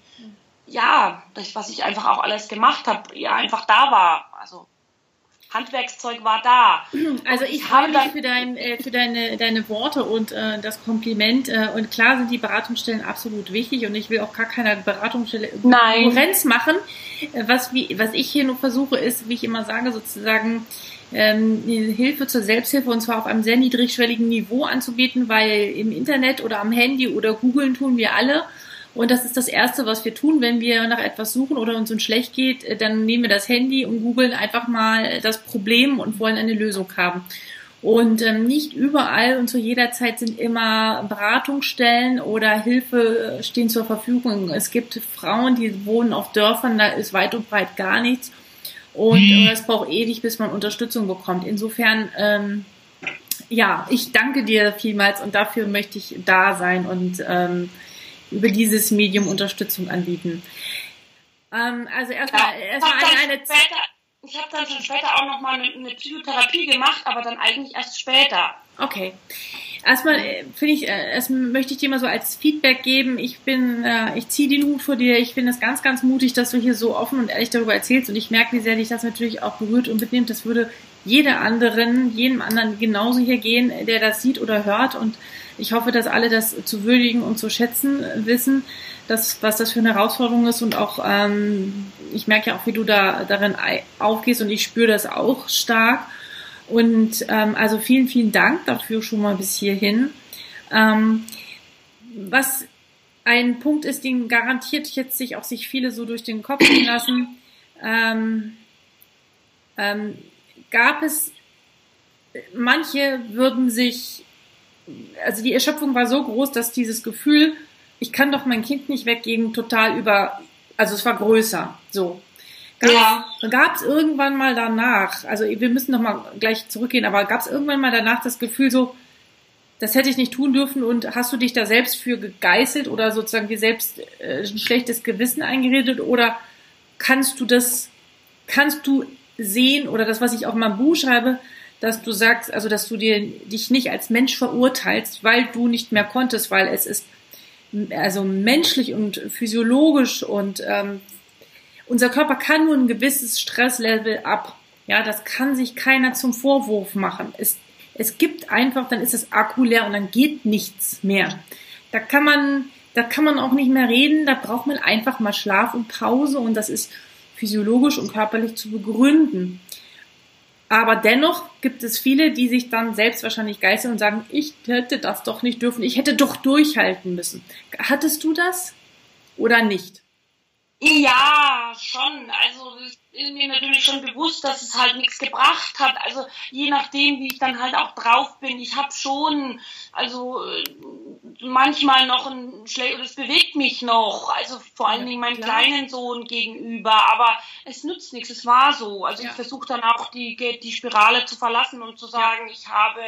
ja, das, was ich einfach auch alles gemacht habe, ja, einfach da war. Also Handwerkszeug war da. Also ich freue mich für, dein, äh, für deine, deine Worte und äh, das Kompliment. Äh, und klar sind die Beratungsstellen absolut wichtig und ich will auch gar keiner Beratungsstelle Konkurrenz machen. Äh, was, wie, was ich hier nur versuche, ist, wie ich immer sage, sozusagen ähm, Hilfe zur Selbsthilfe und zwar auf einem sehr niedrigschwelligen Niveau anzubieten, weil im Internet oder am Handy oder googeln tun wir alle. Und das ist das Erste, was wir tun, wenn wir nach etwas suchen oder uns uns schlecht geht, dann nehmen wir das Handy und googeln einfach mal das Problem und wollen eine Lösung haben. Und ähm, nicht überall und zu jeder Zeit sind immer Beratungsstellen oder Hilfe stehen zur Verfügung. Es gibt Frauen, die wohnen auf Dörfern, da ist weit und breit gar nichts. Und äh, es braucht ewig, bis man Unterstützung bekommt. Insofern, ähm, ja, ich danke dir vielmals und dafür möchte ich da sein und ähm, über dieses Medium Unterstützung anbieten. Ähm, also erstmal ja, erstmal eine, eine später, ich habe dann schon später auch nochmal eine, eine Psychotherapie gemacht, aber dann eigentlich erst später. Okay. Erstmal finde ich, erstmal möchte ich dir mal so als Feedback geben. Ich bin, äh, ich ziehe den Hut vor dir. Ich finde es ganz, ganz mutig, dass du hier so offen und ehrlich darüber erzählst. Und ich merke, wie sehr dich das natürlich auch berührt und mitnimmt. Das würde jeder anderen, jedem anderen genauso hier gehen, der das sieht oder hört. Und ich hoffe, dass alle das zu würdigen und zu schätzen wissen, dass, was das für eine Herausforderung ist. Und auch, ähm, ich merke ja auch, wie du da darin aufgehst und ich spüre das auch stark. Und ähm, also vielen, vielen Dank dafür schon mal bis hierhin. Ähm, was ein Punkt ist, den garantiert jetzt sich auch sich viele so durch den Kopf gehen lassen, ähm, ähm, gab es, manche würden sich, also die Erschöpfung war so groß, dass dieses Gefühl, ich kann doch mein Kind nicht weggeben, total über, also es war größer, so. Gab es ja. irgendwann mal danach, also wir müssen noch mal gleich zurückgehen, aber gab es irgendwann mal danach das Gefühl so, das hätte ich nicht tun dürfen und hast du dich da selbst für gegeißelt oder sozusagen dir selbst äh, ein schlechtes Gewissen eingeredet oder kannst du das, kannst du sehen oder das, was ich auch in meinem Buch schreibe, dass du sagst, also dass du dir dich nicht als Mensch verurteilst, weil du nicht mehr konntest, weil es ist also menschlich und physiologisch und ähm, unser Körper kann nur ein gewisses Stresslevel ab. Ja, das kann sich keiner zum Vorwurf machen. Es, es gibt einfach, dann ist das Akku leer und dann geht nichts mehr. Da kann man, da kann man auch nicht mehr reden. Da braucht man einfach mal Schlaf und Pause und das ist physiologisch und körperlich zu begründen. Aber dennoch gibt es viele, die sich dann selbst wahrscheinlich geißeln und sagen, ich hätte das doch nicht dürfen, ich hätte doch durchhalten müssen. Hattest du das oder nicht? Ja, schon. Also ist mir natürlich schon bewusst, dass es halt nichts gebracht hat. Also je nachdem, wie ich dann halt auch drauf bin. Ich habe schon, also manchmal noch ein Schlä- oder es bewegt mich noch. Also vor allen Dingen meinem kleinen Sohn gegenüber. Aber es nützt nichts. Es war so. Also ja. Ich versuche dann auch die die Spirale zu verlassen und zu sagen, ja. ich habe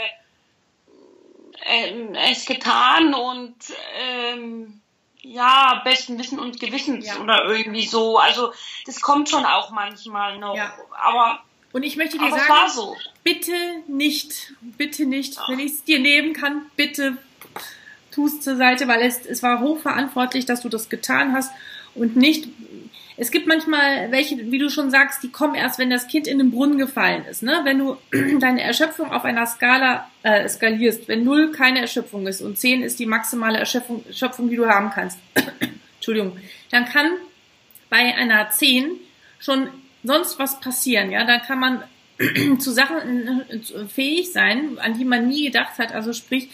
ähm, es getan und ähm, ja, besten Wissen und Gewissens ja. oder irgendwie so. Also das kommt schon auch manchmal noch. Ja. Aber und ich möchte dir sagen, so. bitte nicht, bitte nicht, Ach. wenn ich es dir nehmen kann, bitte tu es zur Seite, weil es, es war hochverantwortlich, dass du das getan hast und nicht, es gibt manchmal welche, wie du schon sagst, die kommen erst, wenn das Kind in den Brunnen gefallen ist, ne? Wenn du deine Erschöpfung auf einer Skala äh, skalierst, wenn null keine Erschöpfung ist und zehn ist die maximale Erschöpfung, Erschöpfung, die du haben kannst, Entschuldigung, dann kann bei einer zehn schon sonst was passieren, ja? Dann kann man zu Sachen fähig sein, an die man nie gedacht hat, also sprich,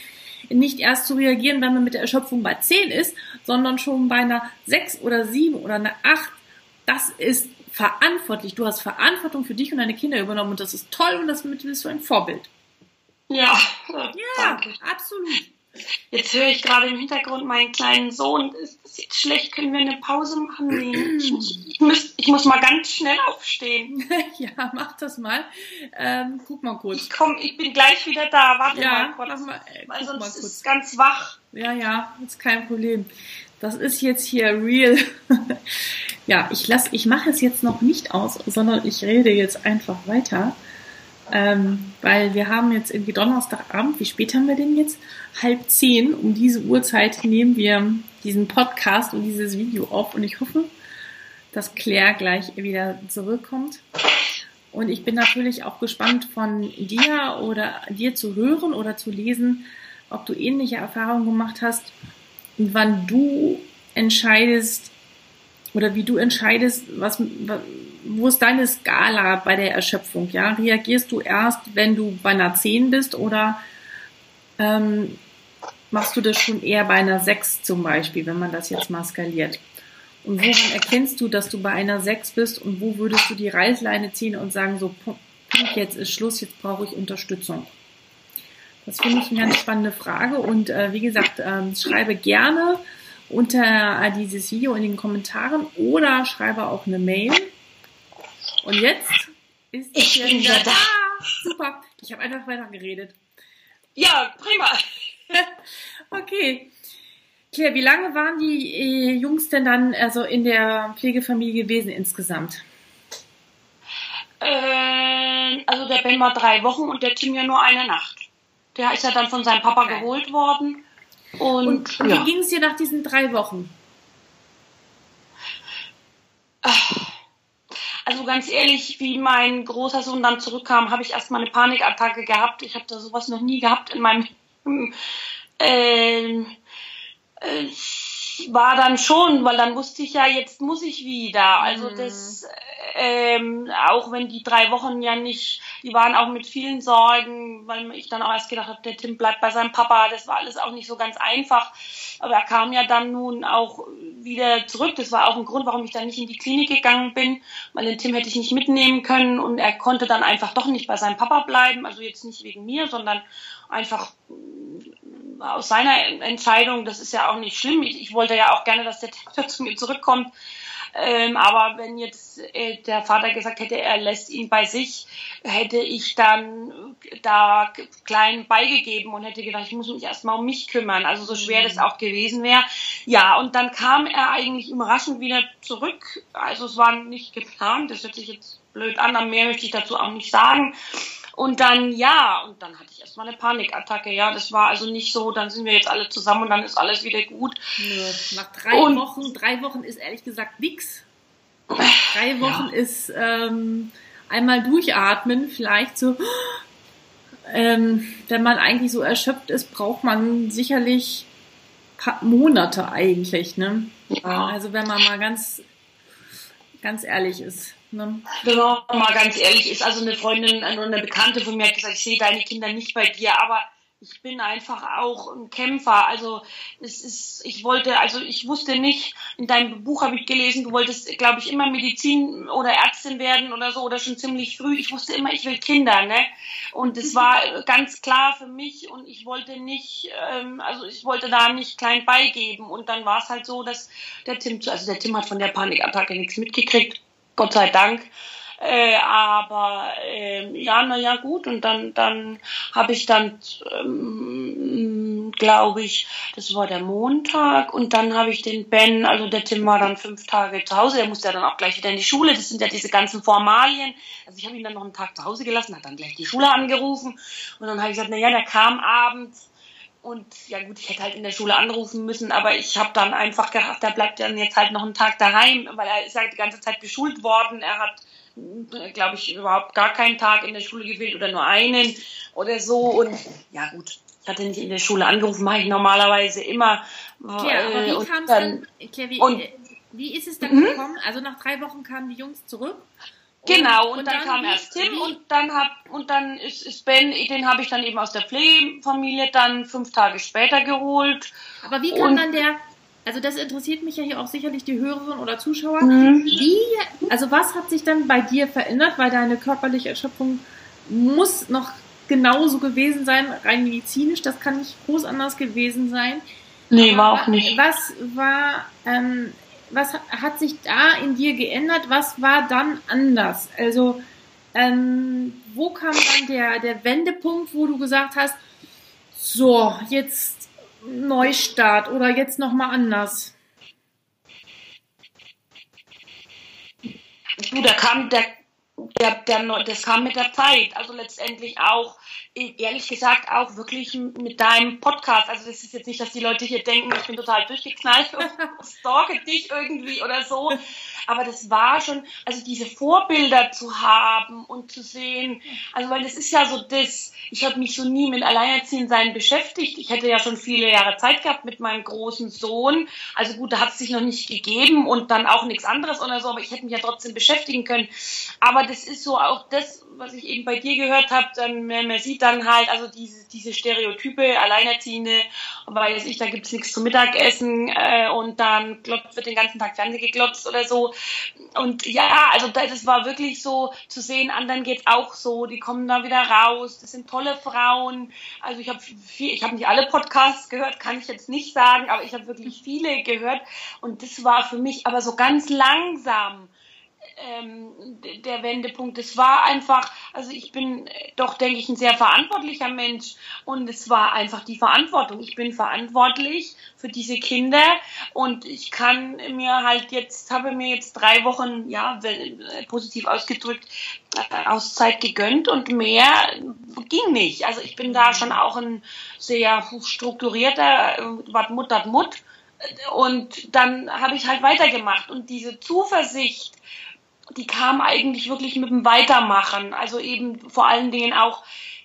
nicht erst zu reagieren, wenn man mit der Erschöpfung bei zehn ist, sondern schon bei einer sechs oder sieben oder einer acht. Das ist verantwortlich. Du hast Verantwortung für dich und deine Kinder übernommen und das ist toll und das bist du ein Vorbild. Ja, ja, danke. Absolut. Jetzt höre ich gerade im Hintergrund meinen kleinen Sohn. Ist das jetzt schlecht? Können wir eine Pause machen? Nee, ich, muss, ich, muss, ich muss mal ganz schnell aufstehen. Ja, mach das mal. Ähm, guck mal kurz. Ich komm, ich bin gleich wieder da. Warte ja, mal kurz. Mach mal, äh, weil sonst mal ist kurz. es ganz wach. Ja, ja, ist kein Problem. Das ist jetzt hier real. Ja, ich lass, ich mache es jetzt noch nicht aus, sondern ich rede jetzt einfach weiter. Ähm, weil wir haben jetzt irgendwie Donnerstagabend, wie spät haben wir denn jetzt? Halb zehn, um diese Uhrzeit nehmen wir diesen Podcast und dieses Video auf und ich hoffe, dass Claire gleich wieder zurückkommt. Und ich bin natürlich auch gespannt von dir oder dir zu hören oder zu lesen, ob du ähnliche Erfahrungen gemacht hast und wann du entscheidest oder wie du entscheidest, was, wo ist deine Skala bei der Erschöpfung? Ja? Reagierst du erst, wenn du bei einer zehn bist oder ähm, machst du das schon eher bei einer sechs zum Beispiel, wenn man das jetzt mal skaliert? Und woran erkennst du, dass du bei einer sechs bist und wo würdest du die Reißleine ziehen und sagen, so, jetzt ist Schluss, jetzt brauche ich Unterstützung? Das finde ich eine ganz spannende Frage und äh, wie gesagt, ähm, schreibe gerne unter äh, dieses Video in den Kommentaren oder schreibe auch eine Mail. Und jetzt ist ich hier bin wieder da. da. Super, ich habe einfach weiter geredet. Ja, prima. Okay. Claire, wie lange waren die äh, Jungs denn dann also in der Pflegefamilie gewesen insgesamt? Äh, also der Ben war drei Wochen und der Tim ja nur eine Nacht. Der ist ja dann von seinem Papa okay. geholt worden. Und, und, und ja. wie ging es dir nach diesen drei Wochen? Also ganz ehrlich, wie mein großer Sohn dann zurückkam, habe ich erstmal eine Panikattacke gehabt. Ich habe da sowas noch nie gehabt in meinem... Ähm, äh, war dann schon, weil dann wusste ich ja, jetzt muss ich wieder. Also das, ähm, auch wenn die drei Wochen ja nicht, die waren auch mit vielen Sorgen, weil ich dann auch erst gedacht habe, der Tim bleibt bei seinem Papa. Das war alles auch nicht so ganz einfach. Aber er kam ja dann nun auch wieder zurück. Das war auch ein Grund, warum ich dann nicht in die Klinik gegangen bin, weil den Tim hätte ich nicht mitnehmen können und er konnte dann einfach doch nicht bei seinem Papa bleiben. Also jetzt nicht wegen mir, sondern einfach aus seiner Entscheidung. Das ist ja auch nicht schlimm. Ich, ich wollte ja auch gerne, dass der Tim zu mir zurückkommt. Ähm, aber wenn jetzt äh, der Vater gesagt hätte, er lässt ihn bei sich, hätte ich dann da klein beigegeben und hätte gedacht, ich muss mich erstmal um mich kümmern. Also so schwer das auch gewesen wäre. Ja, und dann kam er eigentlich überraschend wieder zurück. Also es war nicht geplant. Das hört sich jetzt blöd an, aber mehr möchte ich dazu auch nicht sagen. Und dann, ja, und dann hatte ich erstmal eine Panikattacke. Ja, das war also nicht so, dann sind wir jetzt alle zusammen und dann ist alles wieder gut. Nö, nach drei und Wochen, drei Wochen ist ehrlich gesagt nix. Drei Wochen ja. ist ähm, einmal durchatmen, vielleicht so, ähm, wenn man eigentlich so erschöpft ist, braucht man sicherlich paar Monate eigentlich, ne? Ja. Also wenn man mal ganz, ganz ehrlich ist. Ne? Genau, mal ganz ehrlich ist, also eine Freundin, eine Bekannte von mir hat gesagt, ich sehe deine Kinder nicht bei dir, aber ich bin einfach auch ein Kämpfer, also es ist, ich wollte, also ich wusste nicht, in deinem Buch habe ich gelesen, du wolltest, glaube ich, immer Medizin oder Ärztin werden oder so, oder schon ziemlich früh, ich wusste immer, ich will Kinder, ne, und es war ganz klar für mich und ich wollte nicht, ähm, also ich wollte da nicht klein beigeben und dann war es halt so, dass der Tim, also der Tim hat von der Panikattacke nichts mitgekriegt, Gott sei Dank. Äh, aber äh, ja, naja, gut. Und dann, dann habe ich dann, ähm, glaube ich, das war der Montag. Und dann habe ich den Ben, also der Tim war dann fünf Tage zu Hause. Der musste ja dann auch gleich wieder in die Schule. Das sind ja diese ganzen Formalien. Also ich habe ihn dann noch einen Tag zu Hause gelassen, hat dann gleich die Schule angerufen. Und dann habe ich gesagt, naja, der kam abends. Und ja gut, ich hätte halt in der Schule anrufen müssen, aber ich habe dann einfach gedacht, der bleibt dann jetzt halt noch einen Tag daheim, weil er ist halt die ganze Zeit beschult worden. Er hat, glaube ich, überhaupt gar keinen Tag in der Schule gefehlt oder nur einen oder so. Und ja gut, ich hatte nicht in der Schule angerufen, mache ich normalerweise immer. Claire, aber wie kam es dann, Claire, wie, und, wie ist es dann mhm. gekommen? Also nach drei Wochen kamen die Jungs zurück Genau, und, und dann, dann kam wie- erst Tim wie- und dann hab und dann ist, ist Ben, den habe ich dann eben aus der Pflegefamilie dann fünf Tage später geholt. Aber wie kann Und- dann der, also das interessiert mich ja hier auch sicherlich die Hörerinnen oder Zuschauer, Mhm. wie, also was hat sich dann bei dir verändert, weil deine körperliche Erschöpfung muss noch genauso gewesen sein, rein medizinisch, das kann nicht groß anders gewesen sein. Nee, Aber war auch nicht. Was war, ähm, was hat- hat sich da in dir geändert? Was war dann anders? Also, ähm, wo kam dann der, der Wendepunkt, wo du gesagt hast, so, jetzt Neustart oder jetzt nochmal anders? Du, da kam der, der, der, Neu- das kam mit der Zeit. Also letztendlich auch, ehrlich gesagt, auch wirklich mit deinem Podcast. Also das ist jetzt nicht, dass die Leute hier denken, ich bin total durchgeknallt und stalke dich irgendwie oder so. Aber das war schon, also diese Vorbilder zu haben und zu sehen, also weil das ist ja so das, ich habe mich so nie mit Alleinerziehendsein beschäftigt. Ich hätte ja schon viele Jahre Zeit gehabt mit meinem großen Sohn. Also gut, da hat es sich noch nicht gegeben und dann auch nichts anderes oder so, aber ich hätte mich ja trotzdem beschäftigen können. Aber das ist so auch das, was ich eben bei dir gehört habe, dann man, man sieht dann halt, also diese, diese Stereotype, Alleinerziehende, weiß ich, da gibt's nichts zum Mittagessen äh, und dann glotzt, wird den ganzen Tag Fernsehen geglotzt oder so. Und ja, also das war wirklich so zu sehen, anderen geht's auch so, die kommen da wieder raus, das sind tolle Frauen. Also ich habe viel, ich habe nicht alle Podcasts gehört, kann ich jetzt nicht sagen, aber ich habe wirklich viele gehört und das war für mich aber so ganz langsam ähm, der Wendepunkt. Es war einfach, also ich bin doch, denke ich, ein sehr verantwortlicher Mensch und es war einfach die Verantwortung. Ich bin verantwortlich für diese Kinder und ich kann mir halt jetzt, habe mir jetzt drei Wochen, ja, positiv ausgedrückt, Auszeit gegönnt und mehr ging nicht. Also ich bin da schon auch ein sehr strukturierter, wat Mut, dat Mut und dann habe ich halt weitergemacht und diese Zuversicht, die kam eigentlich wirklich mit dem Weitermachen. Also eben vor allen Dingen auch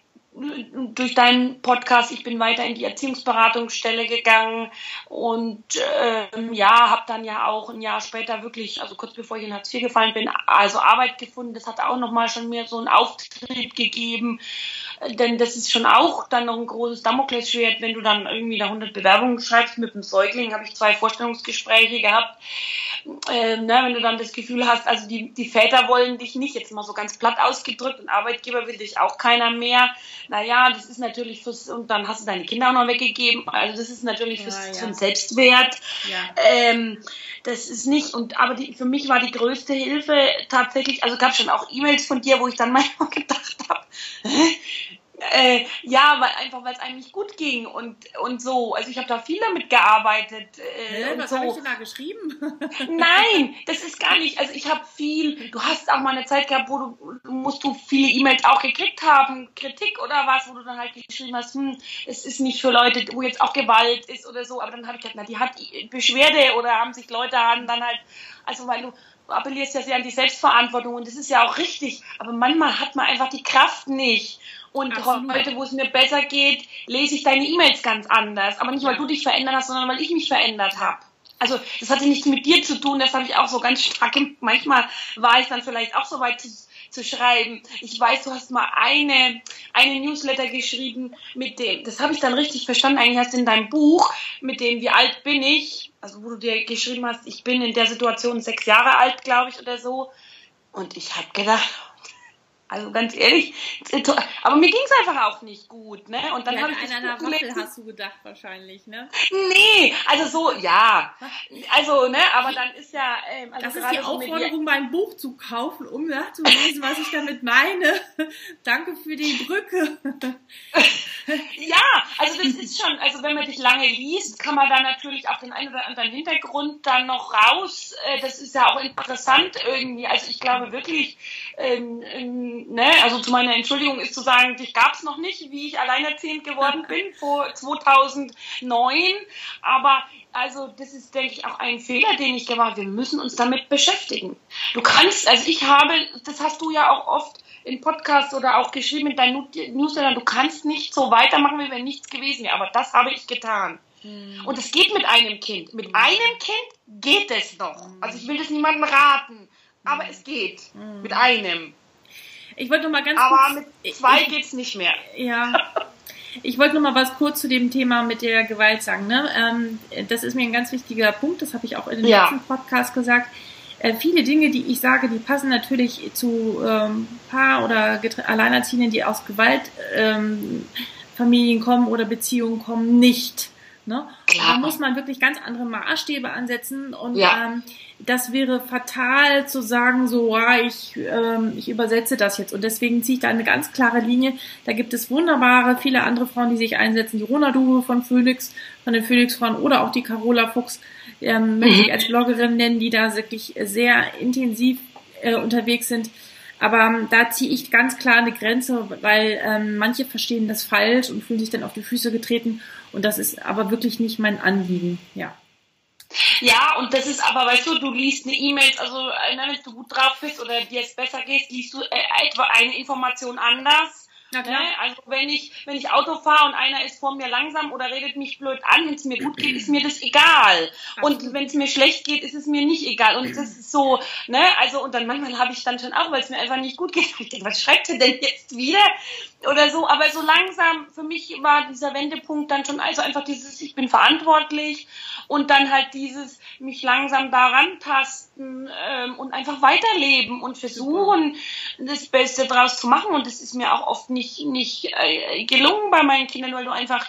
durch deinen Podcast. Ich bin weiter in die Erziehungsberatungsstelle gegangen und ähm, ja, habe dann ja auch ein Jahr später wirklich, also kurz bevor ich in Hartz vier gefallen bin, also Arbeit gefunden. Das hat auch nochmal schon mir so einen Auftrieb gegeben. Denn das ist schon auch dann noch ein großes Damoklesschwert, wenn du dann irgendwie da hundert Bewerbungen schreibst. Mit dem Säugling habe ich zwei Vorstellungsgespräche gehabt. Äh, ne, wenn du dann das Gefühl hast, also die, die Väter wollen dich nicht, jetzt mal so ganz platt ausgedrückt, und Arbeitgeber will dich auch keiner mehr. Naja, das ist natürlich fürs, und dann hast du deine Kinder auch noch weggegeben. Also das ist natürlich fürs, ja, ja. für den Selbstwert. Ja. Ähm, das ist nicht, und aber die, für mich war die größte Hilfe tatsächlich, also gab es schon auch E-Mails von dir, wo ich dann manchmal gedacht habe, Äh, ja, weil einfach, weil es einem nicht gut ging und, und so. Also ich habe da viel damit gearbeitet. Äh, Hä, und was so. habe ich denn da geschrieben? Nein, das ist gar nicht. Also ich habe viel, du hast auch mal eine Zeit gehabt, wo du, du musst du viele E-Mails auch gekriegt haben, Kritik oder was, wo du dann halt geschrieben hast, hm, es ist nicht für Leute, wo jetzt auch Gewalt ist oder so. Aber dann habe ich gedacht, na, die hat Beschwerde oder haben sich Leute haben dann halt, also weil du appellierst ja sehr an die Selbstverantwortung und das ist ja auch richtig. Aber manchmal hat man einfach die Kraft nicht. Und Absolut. Heute, wo es mir besser geht, lese ich deine E-Mails ganz anders. Aber nicht, weil Ja. du dich verändert hast, sondern weil ich mich verändert habe. Also das hatte nichts mit dir zu tun, das habe ich auch so ganz stark. Manchmal war ich dann vielleicht auch so weit zu, zu schreiben. Ich weiß, du hast mal eine, eine Newsletter geschrieben mit dem, das habe ich dann richtig verstanden, eigentlich hast du in deinem Buch, mit dem, wie alt bin ich, also wo du dir geschrieben hast, ich bin in der Situation sechs Jahre alt, glaube ich, oder so. Und ich habe gedacht, also ganz ehrlich, aber mir ging es einfach auch nicht gut, ne? Und dann Ja, habe ich an das einer Buch Waffel gelesen. hast du gedacht wahrscheinlich, ne? Nee, also so, ja. Also, ne, aber dann ist ja... Ähm, also Das ist gerade die so mit Aufforderung, mein Buch zu kaufen, um nachzulesen, was ich damit meine. Danke für die Brücke. Ja, also das ist schon, also wenn man dich lange liest, kann man da natürlich auch den einen oder anderen Hintergrund dann noch raus. Äh, das ist ja auch interessant irgendwie. Also ich glaube wirklich, ähm, ähm, ne, also zu meiner Entschuldigung ist zu sagen, dich gab es noch nicht, wie ich alleinerziehend geworden bin vor zweitausendneun. Aber also das ist, denke ich, auch ein Fehler, den ich gemacht habe. Wir müssen uns damit beschäftigen. Du kannst, also ich habe, das hast du ja auch oft in Podcasts oder auch geschrieben in deinen Newsletter, du kannst nicht so weitermachen, wie wenn nichts gewesen wäre. Aber das habe ich getan. Hm. Und es geht mit einem Kind. Mit hm. einem Kind geht es noch. Also ich will das niemandem raten. aber es geht mhm. mit einem. Ich wollte noch mal ganz aber kurz, mit zwei ich, geht's nicht mehr. Ja. Ich wollte noch mal was kurz zu dem Thema mit der Gewalt sagen. Ne? Ähm, das ist mir ein ganz wichtiger Punkt, das habe ich auch in dem ja. letzten Podcast gesagt. Äh, viele Dinge, die ich sage, die passen natürlich zu ähm, Paar- oder Getre- Alleinerziehenden, die aus Gewaltfamilien ähm, kommen oder Beziehungen kommen, nicht. Ne? Da muss man wirklich ganz andere Maßstäbe ansetzen und ja. ähm, das wäre fatal zu sagen, so, ah, ich, ähm, ich übersetze das jetzt und deswegen ziehe ich da eine ganz klare Linie. Da gibt es wunderbare, viele andere Frauen, die sich einsetzen, die Rona Dube von Phoenix, von den Phoenix-Frauen oder auch die Carola Fuchs, ähm, möchte ich als Bloggerin nennen, die da wirklich sehr intensiv äh, unterwegs sind. Aber ähm, da ziehe ich ganz klar eine Grenze, weil ähm, manche verstehen das falsch und fühlen sich dann auf die Füße getreten. Und das ist aber wirklich nicht mein Anliegen, ja. Ja, und das ist aber, weißt du, du liest eine E-Mail, also wenn du gut drauf bist oder dir es besser geht, liest du äh, etwa eine Information anders. Na klar. Ne? Also wenn ich wenn ich Auto fahre und einer ist vor mir langsam oder redet mich blöd an, wenn es mir gut geht, ist mir das egal. Absolut. Und wenn es mir schlecht geht, ist es mir nicht egal. Und das ist so, ne, also und dann manchmal habe ich dann schon auch, weil es mir einfach nicht gut geht, ich denke, was schreibt er denn jetzt wieder? Oder so, aber so langsam, für mich war dieser Wendepunkt dann schon, also einfach dieses, ich bin verantwortlich und dann halt dieses, mich langsam daran tasten ähm, und einfach weiterleben und versuchen, das Beste draus zu machen und das ist mir auch oft nicht, nicht äh, gelungen bei meinen Kindern, weil du einfach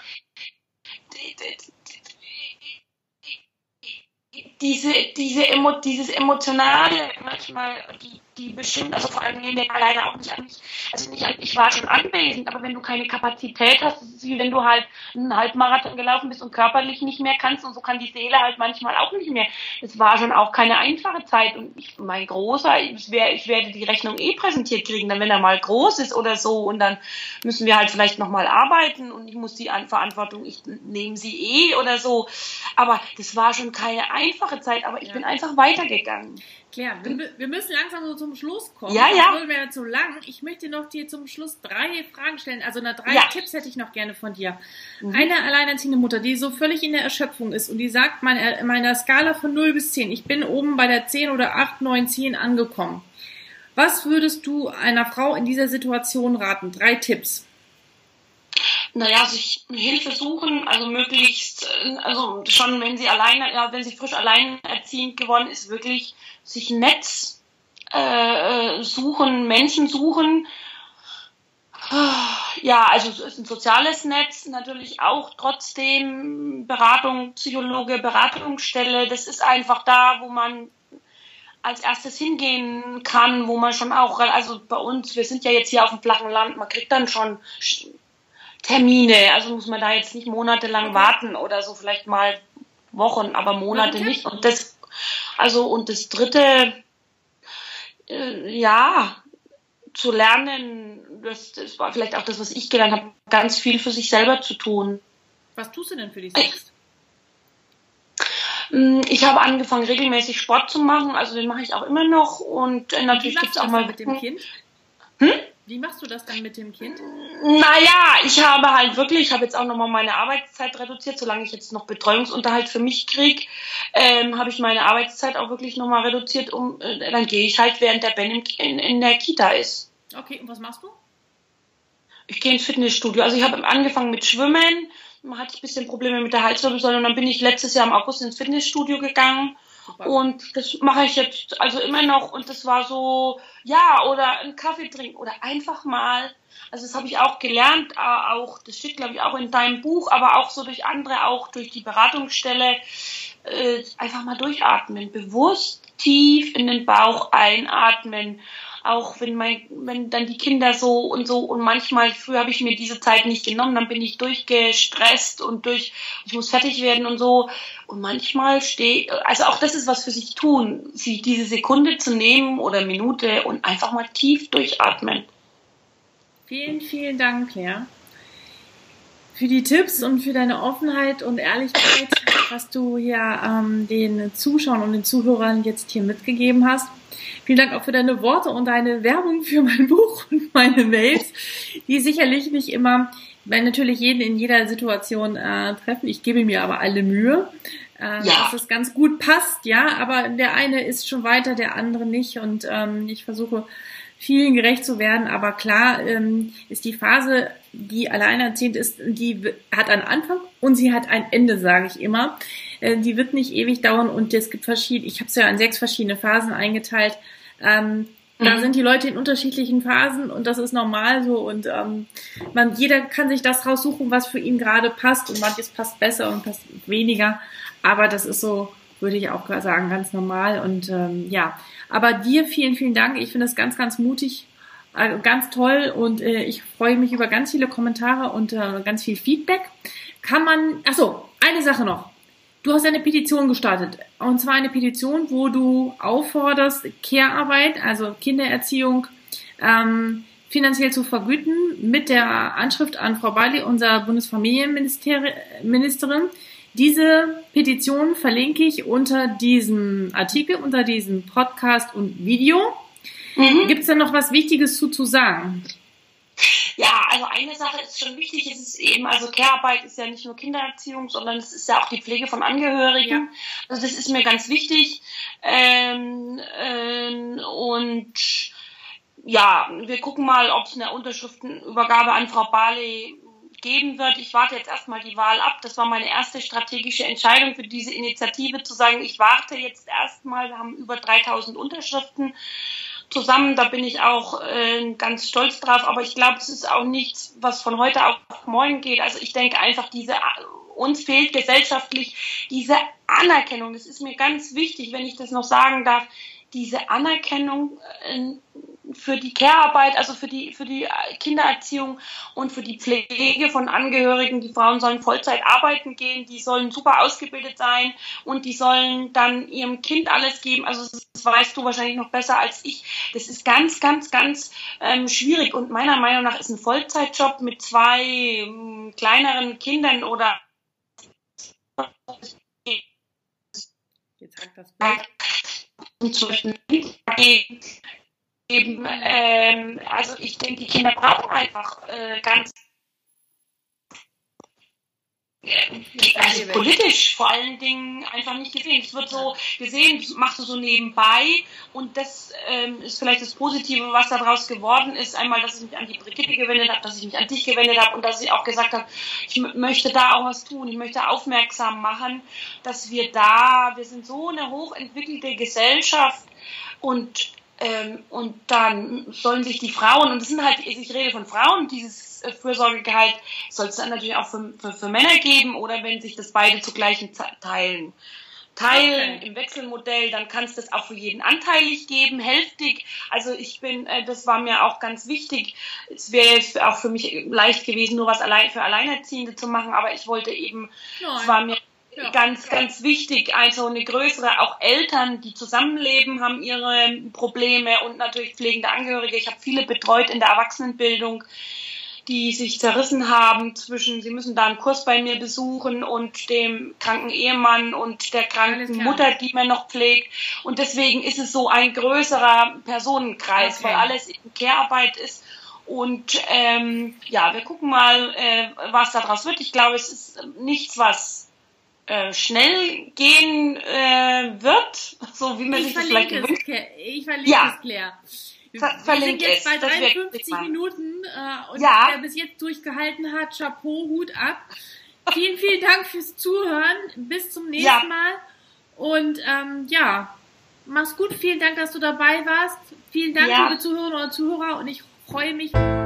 diese, diese Emo, dieses Emotionale manchmal, die, die bestimmt, also vor allem in der alleine auch nicht an mich, also nicht an, ich war schon anwesend, aber wenn du keine Kapazität hast, das ist wie wenn du halt einen Halbmarathon gelaufen bist und körperlich nicht mehr kannst und so kann die Seele halt manchmal auch nicht mehr. Es war schon auch keine einfache Zeit und ich, mein Großer, ich, wär, ich werde die Rechnung eh präsentiert kriegen, dann wenn er mal groß ist oder so und dann müssen wir halt vielleicht nochmal arbeiten und ich muss die Verantwortung, ich nehme sie eh oder so, aber das war schon keine einfache Zeit, aber ich ja. bin einfach weitergegangen. Claire, wir, wir müssen langsam so zum Schluss kommen. Ja, ja. Das wäre zu lang. Ich möchte noch dir zum Schluss drei Fragen stellen. Also eine drei ja. Tipps hätte ich noch gerne von dir. Mhm. Eine alleinerziehende Mutter, die so völlig in der Erschöpfung ist und die sagt, meine, meiner Skala von null bis zehn, ich bin oben bei der zehn oder acht, neun, zehn angekommen. Was würdest du einer Frau in dieser Situation raten? Drei Tipps. Naja, sich Hilfe suchen, also möglichst, also schon wenn sie alleine, ja, wenn sie frisch alleinerziehend geworden ist, wirklich sich ein Netz äh, suchen, Menschen suchen. Ja, also es ist ein soziales Netz, natürlich auch trotzdem Beratung, Psychologe, Beratungsstelle, das ist einfach da, wo man als erstes hingehen kann, wo man schon auch, also bei uns, wir sind ja jetzt hier auf dem flachen Land, man kriegt dann schon Termine, also muss man da jetzt nicht monatelang okay. warten oder so, vielleicht mal Wochen, aber Monate okay. nicht. Und das, also und das dritte, äh, ja, zu lernen, das, das war vielleicht auch das, was ich gelernt habe, ganz viel für sich selber zu tun. Was tust du denn für dich selbst? Ich habe angefangen, regelmäßig Sport zu machen, also den mache ich auch immer noch und äh, natürlich gibt es auch mal mit dem Kind. Hm? Wie machst du das dann mit dem Kind? Naja, ich habe halt wirklich, ich habe jetzt auch nochmal meine Arbeitszeit reduziert, solange ich jetzt noch Betreuungsunterhalt für mich kriege, ähm, habe ich meine Arbeitszeit auch wirklich nochmal reduziert, um, äh, dann gehe ich halt, während der Ben in, in, in der Kita ist. Okay, und was machst du? Ich gehe ins Fitnessstudio, also ich habe angefangen mit Schwimmen, man hatte ein bisschen Probleme mit der Halswirbelsäule und dann bin ich letztes Jahr im August ins Fitnessstudio gegangen. Super. Und das mache ich jetzt also immer noch und das war so, ja, oder einen Kaffee trinken oder einfach mal, also das habe ich auch gelernt, auch, das steht glaube ich auch in deinem Buch, aber auch so durch andere, auch durch die Beratungsstelle, äh, einfach mal durchatmen, bewusst tief in den Bauch einatmen, auch wenn mein, wenn dann die Kinder so und so und manchmal, früher habe ich mir diese Zeit nicht genommen, dann bin ich durchgestresst und durch, ich muss fertig werden und so und manchmal stehe, also auch das ist was für sich tun, sich diese Sekunde zu nehmen oder Minute und einfach mal tief durchatmen. Vielen, vielen Dank, Claire, für die Tipps und für deine Offenheit und Ehrlichkeit, was du hier ähm, den Zuschauern und den Zuhörern jetzt hier mitgegeben hast. Vielen Dank auch für deine Worte und deine Werbung für mein Buch und meine Mails, die sicherlich nicht immer, weil natürlich jeden in jeder Situation äh, treffen. Ich gebe mir aber alle Mühe. äh, ja. dass es ganz gut passt, ja, aber der eine ist schon weiter, der andere nicht und ähm, ich versuche vielen gerecht zu werden, aber klar ähm, ist die Phase, die alleinerziehend ist, die hat einen Anfang und sie hat ein Ende, sage ich immer. Äh, die wird nicht ewig dauern und es gibt verschiedene, ich habe es ja in sechs verschiedene Phasen eingeteilt. Ähm, mhm. Da sind die Leute in unterschiedlichen Phasen und das ist normal so und ähm, man, jeder kann sich das raussuchen, was für ihn gerade passt und manches passt besser und passt weniger, aber das ist so, würde ich auch sagen, ganz normal und ähm, ja, aber dir vielen, vielen Dank. Ich finde das ganz, ganz mutig, äh, ganz toll und äh, ich freue mich über ganz viele Kommentare und äh, ganz viel Feedback. Kann man, ach so, eine Sache noch. Du hast eine Petition gestartet und zwar eine Petition, wo du aufforderst, Care-Arbeit, also Kindererziehung, ähm, finanziell zu vergüten mit der Anschrift an Frau Barley, unser Bundesfamilienministerin. Diese Petition verlinke ich unter diesem Artikel, unter diesem Podcast und Video. Mhm. Gibt es da noch was Wichtiges zu, zu sagen? Ja, also eine Sache ist schon wichtig, es ist eben, also Care-Arbeit ist ja nicht nur Kindererziehung, sondern es ist ja auch die Pflege von Angehörigen. Ja. Also das ist mir ganz wichtig. Ähm, ähm, und ja, wir gucken mal, ob es eine Unterschriftenübergabe an Frau Barley geben wird. Ich warte jetzt erstmal die Wahl ab. Das war meine erste strategische Entscheidung für diese Initiative, zu sagen, ich warte jetzt erstmal. Wir haben über dreitausend Unterschriften zusammen. Da bin ich auch äh, ganz stolz drauf. Aber ich glaube, es ist auch nichts, was von heute auf morgen geht. Also ich denke einfach, diese uns fehlt gesellschaftlich diese Anerkennung. Das ist mir ganz wichtig, wenn ich das noch sagen darf. Diese Anerkennung äh, für die Care-Arbeit, also für die, für die Kindererziehung und für die Pflege von Angehörigen. Die Frauen sollen Vollzeit arbeiten gehen, die sollen super ausgebildet sein und die sollen dann ihrem Kind alles geben. Also das weißt du wahrscheinlich noch besser als ich. Das ist ganz, ganz, ganz ähm, schwierig und meiner Meinung nach ist ein Vollzeitjob mit zwei ähm, kleineren Kindern oder jetzt hat das Bild. Zwischen eben, ähm, also ich denke, die Kinder brauchen einfach äh, ganz also politisch vor allen Dingen einfach nicht gesehen. Es wird so gesehen, das machst du so nebenbei und das ähm, ist vielleicht das Positive, was daraus geworden ist. Einmal, dass ich mich an die Brigitte gewendet habe, dass ich mich an dich gewendet habe und dass ich auch gesagt habe, ich m- möchte da auch was tun. Ich möchte aufmerksam machen, dass wir da, wir sind so eine hochentwickelte Gesellschaft und Ähm, und dann sollen sich die Frauen, und das sind halt, ich rede von Frauen, dieses Fürsorgegehalt soll es dann natürlich auch für, für, für Männer geben oder wenn sich das beide zu gleichen Teilen teilen okay. Im Wechselmodell, dann kann es das auch für jeden anteilig geben, hälftig. Also ich bin, äh, das war mir auch ganz wichtig. Es wäre jetzt auch für mich leicht gewesen, nur was allein für Alleinerziehende zu machen, aber ich wollte eben, es war mir Ja. Ganz, ganz wichtig, also eine größere, auch Eltern, die zusammenleben, haben ihre Probleme und natürlich pflegende Angehörige. Ich habe viele betreut in der Erwachsenenbildung, die sich zerrissen haben zwischen, sie müssen da einen Kurs bei mir besuchen und dem kranken Ehemann und der kranken Mutter, die man noch pflegt. Und deswegen ist es so ein größerer Personenkreis, okay. weil alles in Care-Arbeit ist. Und ähm, ja, wir gucken mal, äh, was daraus wird. Ich glaube, es ist nichts, was Äh, schnell gehen äh, wird, so wie man ich sich das vielleicht gewünscht. Ich verlinke ja. es, Claire. Wir, Ver- wir sind jetzt bei dreiundfünfzig Minuten äh, und ja. wer bis jetzt durchgehalten hat, Chapeau, Hut ab. Vielen, vielen Dank fürs Zuhören. Bis zum nächsten ja. Mal. Und ähm, ja, mach's gut. Vielen Dank, dass du dabei warst. Vielen Dank, ja. liebe Zuhörerinnen und Zuhörer. Und ich freue mich